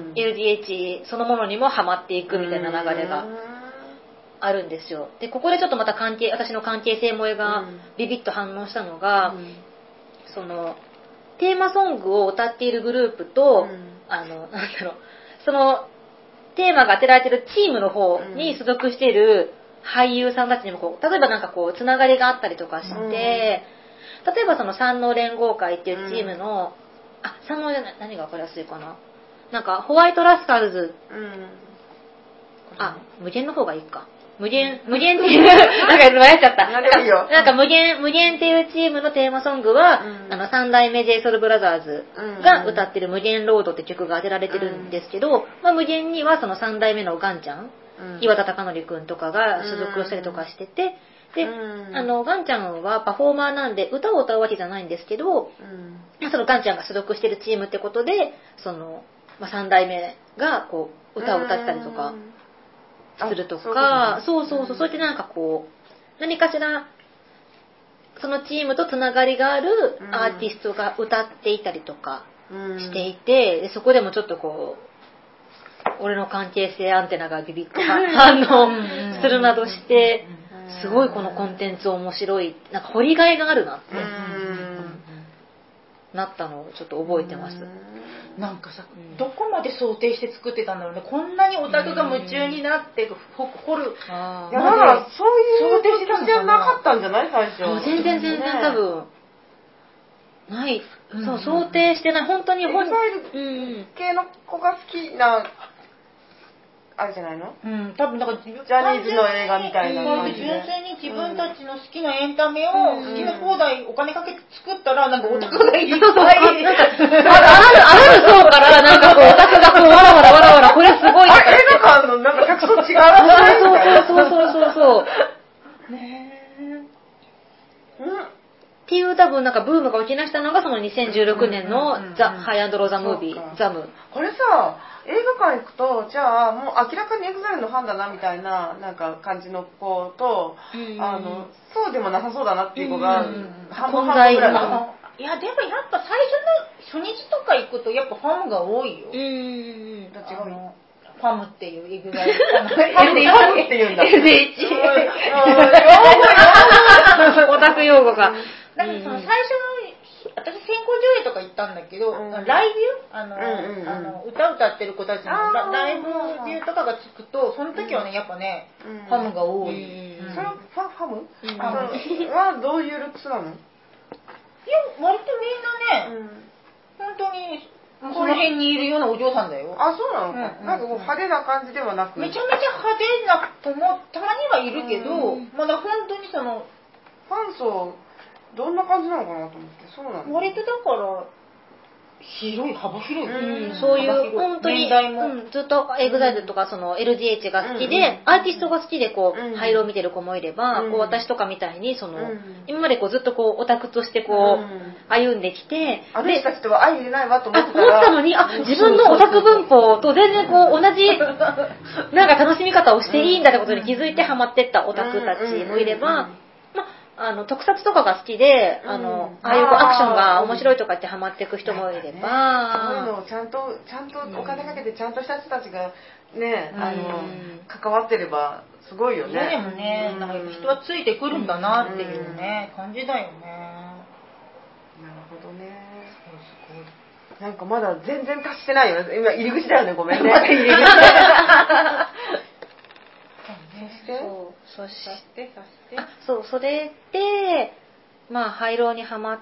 エルディーエイチ そのものにもハマっていくみたいな流れがあるんですよ。で、ここでちょっとまた関係、私の関係性萌えがビビッと反応したのが、うん、その、テーマソングを歌っているグループと、うん、あの、なんだろう、その、テーマが当てられているチームの方に所属している俳優さんたちにもこう、例えばなんかこう、つながりがあったりとかして、うん、例えばその三能連合会っていうチームの、うん、あ、三能じゃない、何が分かりやすいかな。なんか、ホワイトラスカルズ、うん、あ、無限の方がいいか。無限、無限っていう、なんか迷っちゃった。なんか無限、無限っていうチームのテーマソングは、うん、あの、三代目 ジェイソウルブラザーズが歌ってる無限ロードって曲が当てられてるんですけど、うん、まあ無限にはその三代目のガンちゃん、うん、岩田貴則くんとかが所属したりとかしてて、で、うん、あの、ガンちゃんはパフォーマーなんで歌を歌うわけじゃないんですけど、うん、そのガンちゃんが所属してるチームってことで、その、まあ、三代目がこう歌を歌ってたりとかするとか、そうそうそう、そうやってなんかこう何かしらそのチームとつながりがあるアーティストが歌っていたりとかしていて、でそこでもちょっとこう俺の関係性アンテナがビビッと反応するなどして、すごいこのコンテンツ面白い、なんか掘りがいがあるなってなったのをちょっと覚えてます。 なんかさ、うん、どこまで想定して作ってたんだろうね。こんなにオタクが夢中になって掘る。 いや、だからそういう想定じゃなかったんじゃない最初。 全然全然、ね、多分ない、うん、そう想定してない本当に本エグザイル系の子が好きな。あれじゃないの？ うん、多分だからジャニーズの映画みたいな感じで。 純粋に自分たちの好きなエンタメを好きな放題お金かけて作ったらなんかオタクがいっぱい。そうそう。なんかあるある層からなんかこうオタクがこうわらわらわらわらこれすごいとか。 あれ映画館のなんか客層違う。 そうそうそうそうそうそう。ねえ。うん。っていう多分なんかブームが起きなしたのがそのにせんじゅうろくねんのザ・ハイ&ローザ・ムービー、ザム。 これさ、映画館行くと、じゃあもう明らかにエグザイルのファンだなみたいななんか感じの子と、うん、あのそうでもなさそうだなっていう子が半分半分ぐらいなの。 いやでもやっぱ最初の初日とか行くとやっぱファンが多いよ。うん。 どっちが多いの？ ファムっていうエグザイル。 ファムって言うんだ。 エルディーエイチ。 オタク用語が。 だからその最初の私先行上映とか行ったんだけど、うん、ライブあの、うんうん、あの歌歌ってる子たちのライブビューとかがつくとその時はねやっぱね、うん、ファムが多い、 うん、それはファファム、うん、はどういうルックスなの？いや割とみんなね、うん、本当にその辺にいるようなお嬢さんだよ。 あ、そうなのか、うんうん、なんかこう派手な感じではなくめちゃめちゃ派手な子もたまにはいるけど、うん、まだ本当にそのファン層どんな感じなのかなと思って。そうなの？ 割とだから広い幅広い、 うん、そういう本当に、うん、ずっとエグザイルとかその エルディーエイチ が好きで、うん、アーティストが好きでこう、うん、廃炉を見てる子もいれば、うん、こう私とかみたいにその、うん、今までこうずっとこうオタクとしてこう、うん、歩んできて、 あの人たちとは相入れないわと思ってたら、 思ったのにあ自分のオタク文法と全然こう同じなんか楽しみ方をしていいんだってことに気づいてハマってったオタクたちもいれば。あの特撮とかが好きで、うん、あのああいうアクションが面白いとかってハマっていく人もいれば、ね、 そういうのをちゃんとちゃんとお金かけてちゃんとした人たちがね、うん、あの関わってればすごいよね。 それでもね、うん、なんか人はついてくるんだなっていうね、うん、感じだよね。 なるほどね。すごいすごい。なんかまだ全然達してないよね。今入り口だよね。ごめんね。まだ入り口。 そうそしてそしてあそうそれでまあ廃炉にはまって、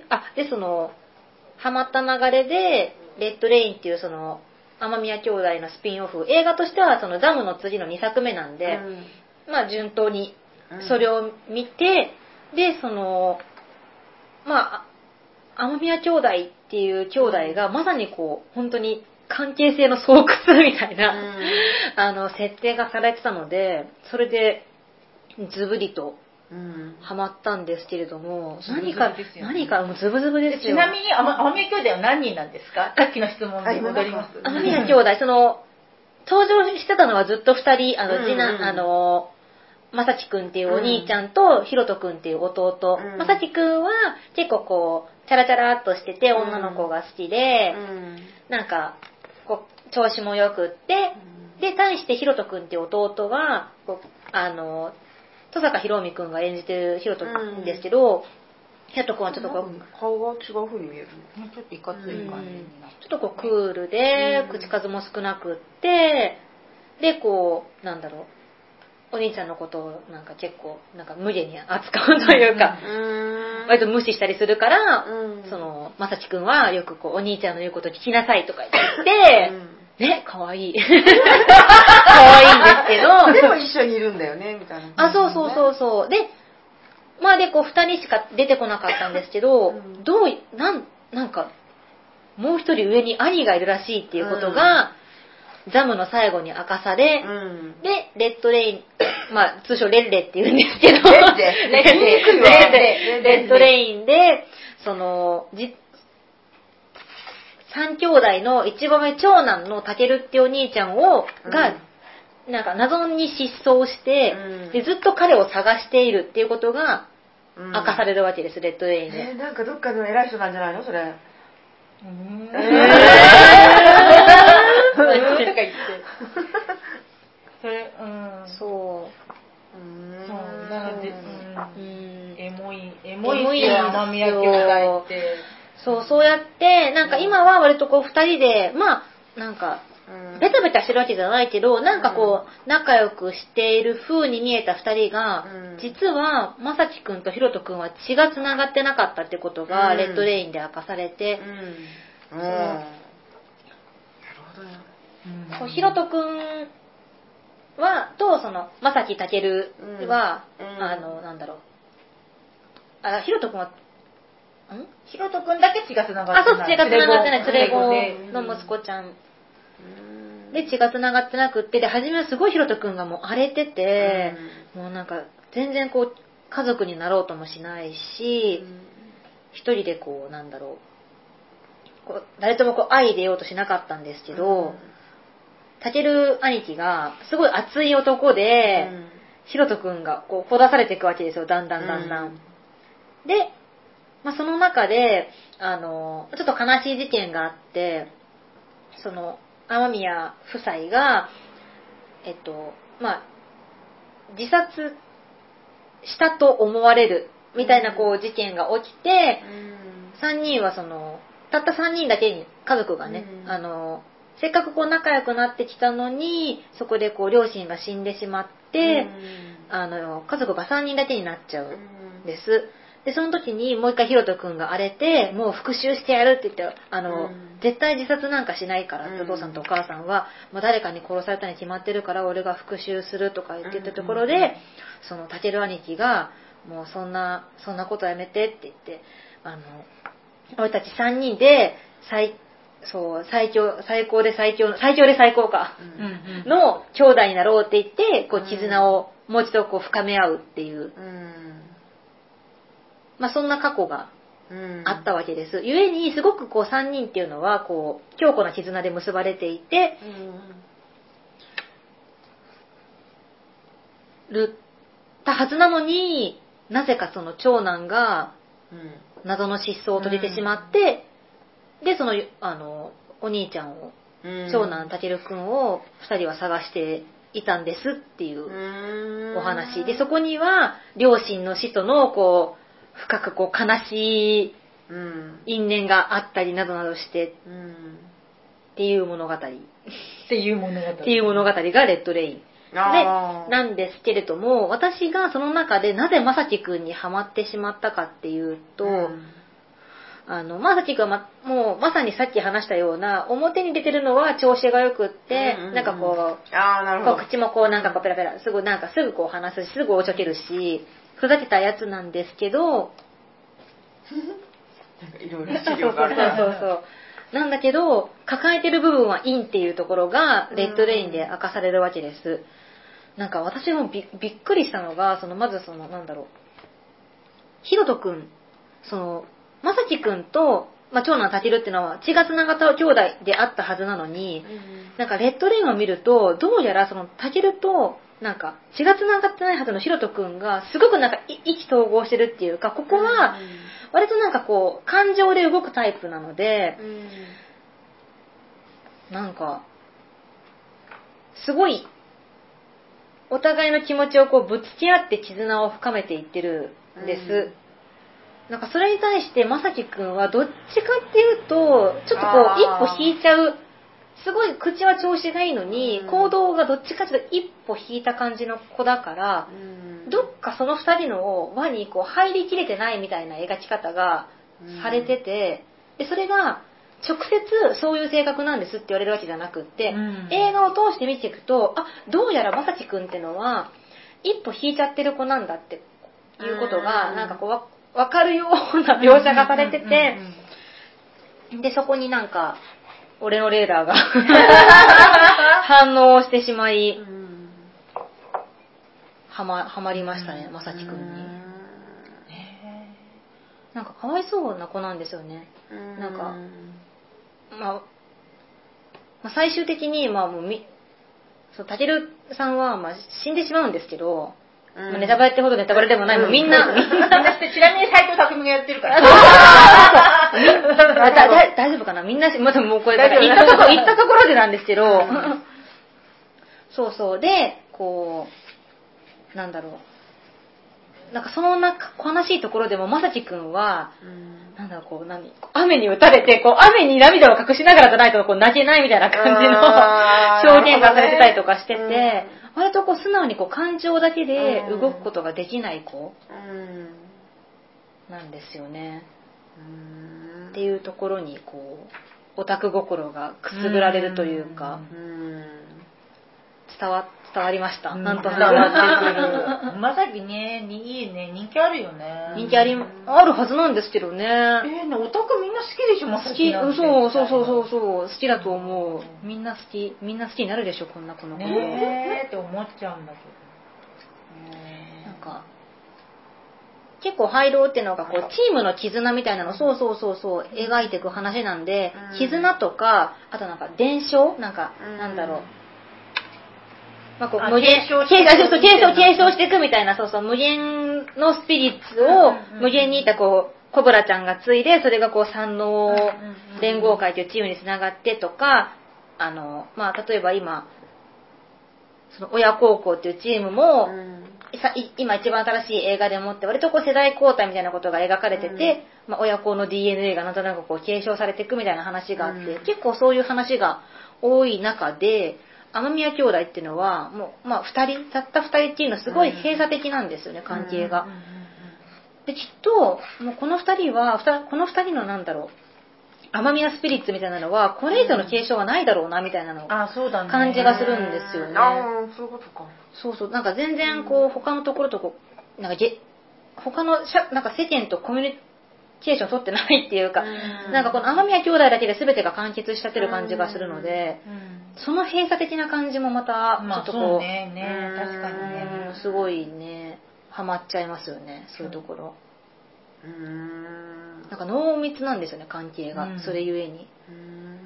あ、でその、はまった流れで、レッドレインっていうその、雨宮兄弟のスピンオフ、映画としてはそのザムの次のにさくめなんで、うん、まあ順当にそれを見て、うん、で、その、まあ、雨宮兄弟っていう兄弟がまさにこう、本当に関係性の巣窟みたいな、うん、あの、設定がされてたので、それで、ズブリと、ハマったんですけれども、 うん、 何か、何か、もうズブズブですよ。 ちなみに、雨宮兄弟は何人なんですか？さっきの質問に戻ります。 雨宮兄弟、その、登場してたのはずっと二人、あの、次男、うんうん、あの、まさきくんっていうお兄ちゃんと、ひろとくんっていう弟。まさきくんは結構こう、チャラチャラっとしてて、女の子が好きで、うん、なんか、こう、調子もよくって、うん、で、対してひろとくんっていう弟は、こう、あの、戸坂ひろみくんが演じてるひろとくんですけど、ひろとくんはちょっとこう、 顔が違う風に見えるね。ちょっといかつい感じになって、 ちょっとこうクールで、うん、口数も少なくって、で、こう、なんだろう、お兄ちゃんのことをなんか結構なんか無理に扱うというか、うん、割と無視したりするから、うん、そのまさきくんはよくこうお兄ちゃんの言うこと聞きなさいとか言って、うん、ね、かわいいかわいいんですけど、 でも一緒にいるんだよねみたいな、ね、 あ、そうそうそうそう。で、まあでこう二人しか出てこなかったんですけど、うん、どうなんなんかもう一人上に兄がいるらしいっていうことが。うんザムの最後に明かされ、うん、で、レッドレイン、まあ、通称レッレって言うんですけど、レッレ、レッレ、レッドレインで、その、じ、三兄弟の一番目長男のタケルってお兄ちゃんを、が、うん、なんか謎に失踪して、うん、で、ずっと彼を探しているっていうことが明かされるわけです、レッドレインで。 えー、なんかどっかの偉い人なんじゃないのそれ。うーん。えーとか言って。それ、うん。 そう。 うん。そう。なので、うん。エモい、エモいって雨宮兄弟って。 そう、そうやって、なんか今は割とこう二人で、まあ、なんか、ベタベタしてるわけじゃないけど、なんかこう、仲良くしている風に見えた二人が、実は、まさきくんとひろとくんは血が繋がってなかったってことが、レッドレインで明かされて、その、なるほどね。そう、ひろとくんは、と、その、まさきたけるは、あの、なんだろう。あ、ひろとくんは、んひろとくんだけ血が繋がってない。 あ、そう、血が繋がってない。連れ子の息子ちゃん。で、血が繋がってなくって、で、初めはすごいひろとくんがもう荒れてて、もうなんか、全然こう、家族になろうともしないし、一人でこう、なんだろう、こう誰ともこう、相入れようとしなかったんですけど、たける兄貴が、すごい熱い男で、ひろとくんがこう、ほだされていくわけですよ、だんだんだんだん。で、まあ、その中で、あの、ちょっと悲しい事件があって、その、雨宮夫妻が、えっと、まあ、自殺したと思われる、みたいなこう事件が起きて、さんにんはその、たったさんにんだけに、家族がね、あの、せっかくこう仲良くなってきたのに、そこでこう両親が死んでしまって、あの、家族がさんにんだけになっちゃうんです。で、その時にもう一回ひろとくんが荒れて、もう復讐してやるって言って、あの、うん、絶対自殺なんかしないからってお父さんとお母さんは、もう誰かに殺されたに決まってるから俺が復讐するとか言ってたところで、うんうんうん、そのたける兄貴が、もうそんな、そんなことやめてって言って、あの、俺たちさんにんで、最、そう、最強、最高で最強、最強で最高か、うんうん、の兄弟になろうって言って、こう絆をもう一度こう深め合うっていう、うんまあ、そんな過去があったわけです。うん、故にすごくこうさんにんっていうのはこう強固な絆で結ばれていて、るたはずなのになぜかその長男が謎の失踪を遂げてしまって、うん、でそのあのお兄ちゃんを、うん、長男たけるくんをふたりは探していたんですっていうお話で、そこには両親の死とのこう深くこう悲しい因縁があったりなどなどして、うん、っていう物語っていう物語っていう物語がレッドレインなんですけれども、私がその中でなぜまさきくんにハマってしまったかっていうと、うん、あのまさきくんは、ま、もうまさにさっき話したような表に出てるのは調子がよくって、うんうんうん、なんかこう、 あー、なるほど。 こう口もこうなんかこうペラペラすぐなんかすぐこう話すし、すぐおちょけるし、ふざけたやつなんですけどなんかいろいろ資料があるからそうそうそうそうなんだけど抱えてる部分は陰っていうところがレッドレインで明かされるわけです。なんか私も び, びっくりしたのが、そのまずそのなんだろう、ひろとくん、そのまさきくんと、まあ、長男たけるっていうのは血がつながった兄弟であったはずなのに、うん、なんかレッドレインを見るとどうやらそのたけるとなんか血がつながってないはずのひろとくんがすごくなんか意気投合してるっていうか、ここは割となんかこう感情で動くタイプなので、うん、なんかすごいお互いの気持ちをこうぶつけ合って絆を深めていってるんです、うん、なんかそれに対してまさきくんはどっちかっていうとちょっとこう一歩引いちゃう、すごい口は調子がいいのに、うん、行動がどっちかというと一歩引いた感じの子だから、うん、どっかその二人の輪にこう入りきれてないみたいな描き方がされてて、でそれが直接そういう性格なんですって言われるわけじゃなくって、うん、映画を通して見ていくと、あ、どうやらまさきくんってのは一歩引いちゃってる子なんだっていうことが、うん、なんかこうわ分かるような描写がされてて、でそこになんか俺のレーダーが反応してしまい、はま、はまりましたね、まさきくんに。なんかかわいそうな子なんですよね。なんかまあ、最終的に、まあ、もうみそうたけるさんは、まあ、死んでしまうんですけど、うん、まあ、ネタバレってほどネタバレでもない、うん、もうみんな、みんなちなみに斎藤工がやってるから大丈夫かな、みんな、まだもうこれ言ったところ言ったところでなんですけど、うん、そうそうでこうなんだろう、なんかその中悲しいところでもまさきくんは、うん、なんだろう、こう何雨に打たれてこう雨に涙を隠しながらじゃないとこう泣けないみたいな感じの表現がされてたりとかしてて、ね、うん、割とこう素直にこう感情だけで動くことができない子なんですよね、うん、っていうところにこうオタク心がくすぐられるというか、うん、伝わ伝わりました、うん、なんとなく伝わってくるまさきね、いいね、人気あるよね。 人気ありあるはずなんですけどね。 えー、ね、オタクみんな好きでしょ、まさきなんて。 そうそうそうそうそう好きだと思う。みんな好き、みんな好きになるでしょ、こんな子の子。 ねーって思っちゃうんだけど。なんか結構ハイローっていうのがこうチームの絆みたいなのをそうそうそうそう描いていく話なんで、うん、絆とかあとなんか伝承なんか、うん、なんだろう。まあ、こう無限継承継承していくみたいな、そうそう無限のスピリッツを無限にいたこうコブラちゃんが継いで、それがこう三能連合会というチームにつながってとか、あのまあ例えば今その親孝行っていうチームも、うん、今一番新しい映画でもって割とこう世代交代みたいなことが描かれてて、うん、まあ、親子の ディーエヌエー がなんとなくこう継承されていくみたいな話があって、うん、結構そういう話が多い中で。雨宮兄弟っていうのはもう、まあ、ふたりたったふたりっていうのはすごい閉鎖的なんですよね、関係が。できっともうこのふたりはこのふたりのなんだろう雨宮スピリッツみたいなのはこれ以上の継承はないだろうなみたいなの感じがするんですよね。 あ、そういうことか。 そうそう、なんか全然こう他のところとこうなんかげ他のなんか世間とコミュニケーション取ってないっていうか、うん、なんかこの雨宮兄弟だけで全てが完結しちゃってる感じがするので、うんうん、その閉鎖的な感じもまたちょっとこう、まあ、そうね、ね、確かにね、 すごいねハマっちゃいますよね、そういうところ。うーん、なんか濃密なんですよね、関係が、うん、それゆえに。うーん、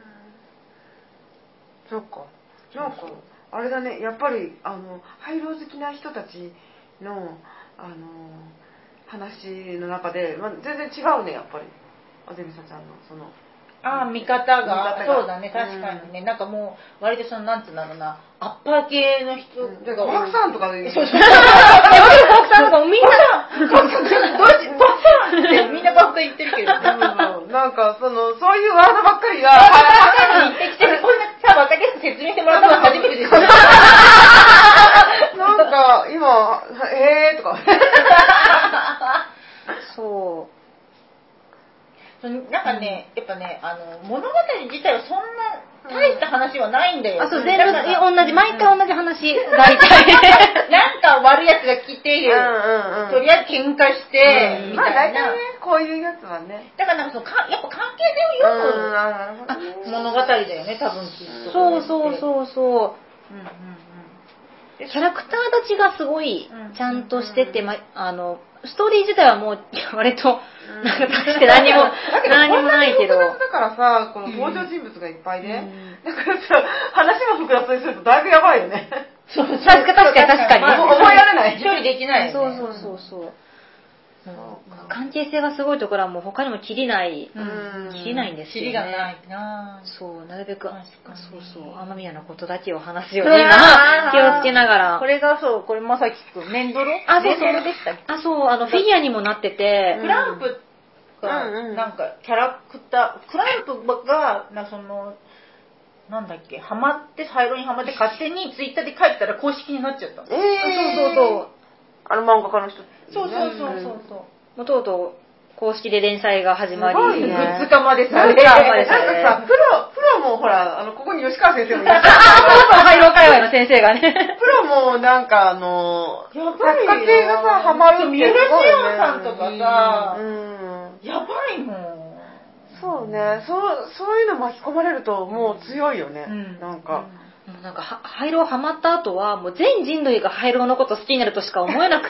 そっか、なんかあれだね、やっぱりあのハイロー好きな人たちのあの話の中で、まあ、全然違うね、やっぱりあぜみさちゃんのそのああ、見方が、そうだね、確かにね、うん、なんかもう割とそのなんつうんだろうな、アッパー系の人が、うん、バクさんとかで、 そうそう、バクさんとかみんなバクさんってみんなバクさん言ってるけど、 うん、なんかそのそういうワードばっかりがバクさんに言ってきて、こんなさバカで説明してもらったの初めてですよ。 へーとか。 そう。 なんかね、やっぱね、あの、物語自体はそんな大した話はないんだよ。 あ、そう、全部同じ、毎回同じ話、大体。 なんか悪いやつが来て、とりあえず喧嘩して、みたいな。 まあ大体ね、こういうやつはね。 だからなんかその、かやっぱ関係性を読む物語だよね、多分きっと。 そうそうそうそう。うんうんうん、キャラクターたちがすごいちゃんとしてて、ま、あの、ストーリー自体はもう割と、なんか大して何も、何もないけど。 複雑だからさ、この登場人物がいっぱいで、だからさ、話も複雑にするとだいぶやばいよね。 そうそう、確かに確かに。 覚えられない。 処理できない。 そうそうそうそう。関係性がすごいところはもう他にも切りない、切りないんですよね。切りがないな。そう、なるべく、そうそう、雨宮のことだけを話すように今、気をつけながら。 これがそう、これまさきくん、メンドロあ、そうそう。あ、そう、あの、フィギュアにもなってて、 クランプが、なんか、キャラクター、クランプが、な、その、なんだっけ、ハマって、ハイロにハマって勝手にツイッターで書いたら公式になっちゃった。えー、 そうそうそう。 あの漫画家の人、ね、 そうそうそうそうそう。 もうとうとう公式で連載が始まり、 ね、 グッズ化までされ、 グッズ化までされ。なんかさ、プロ、プロもほら、あの、ここに吉川先生もいる。 ハイロー界隈の先生がね。 プロもなんかあの、 やばい作家系がさ、ハマるって三浦紫音さんとかさ、 うん、 やばいもん。 そうね、そう、そういうの巻き込まれるともう強いよね、うん、なんか。 うん、なんかは、ハイローハマった後は、もう全人類がハイローのこと好きになるとしか思えなくって。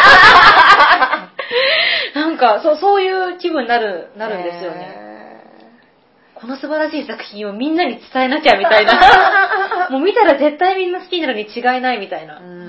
なんか、そう、そういう気分になる、なるんですよね。この素晴らしい作品をみんなに伝えなきゃみたいな。もう見たら絶対みんな好きになるに違いないみたいな。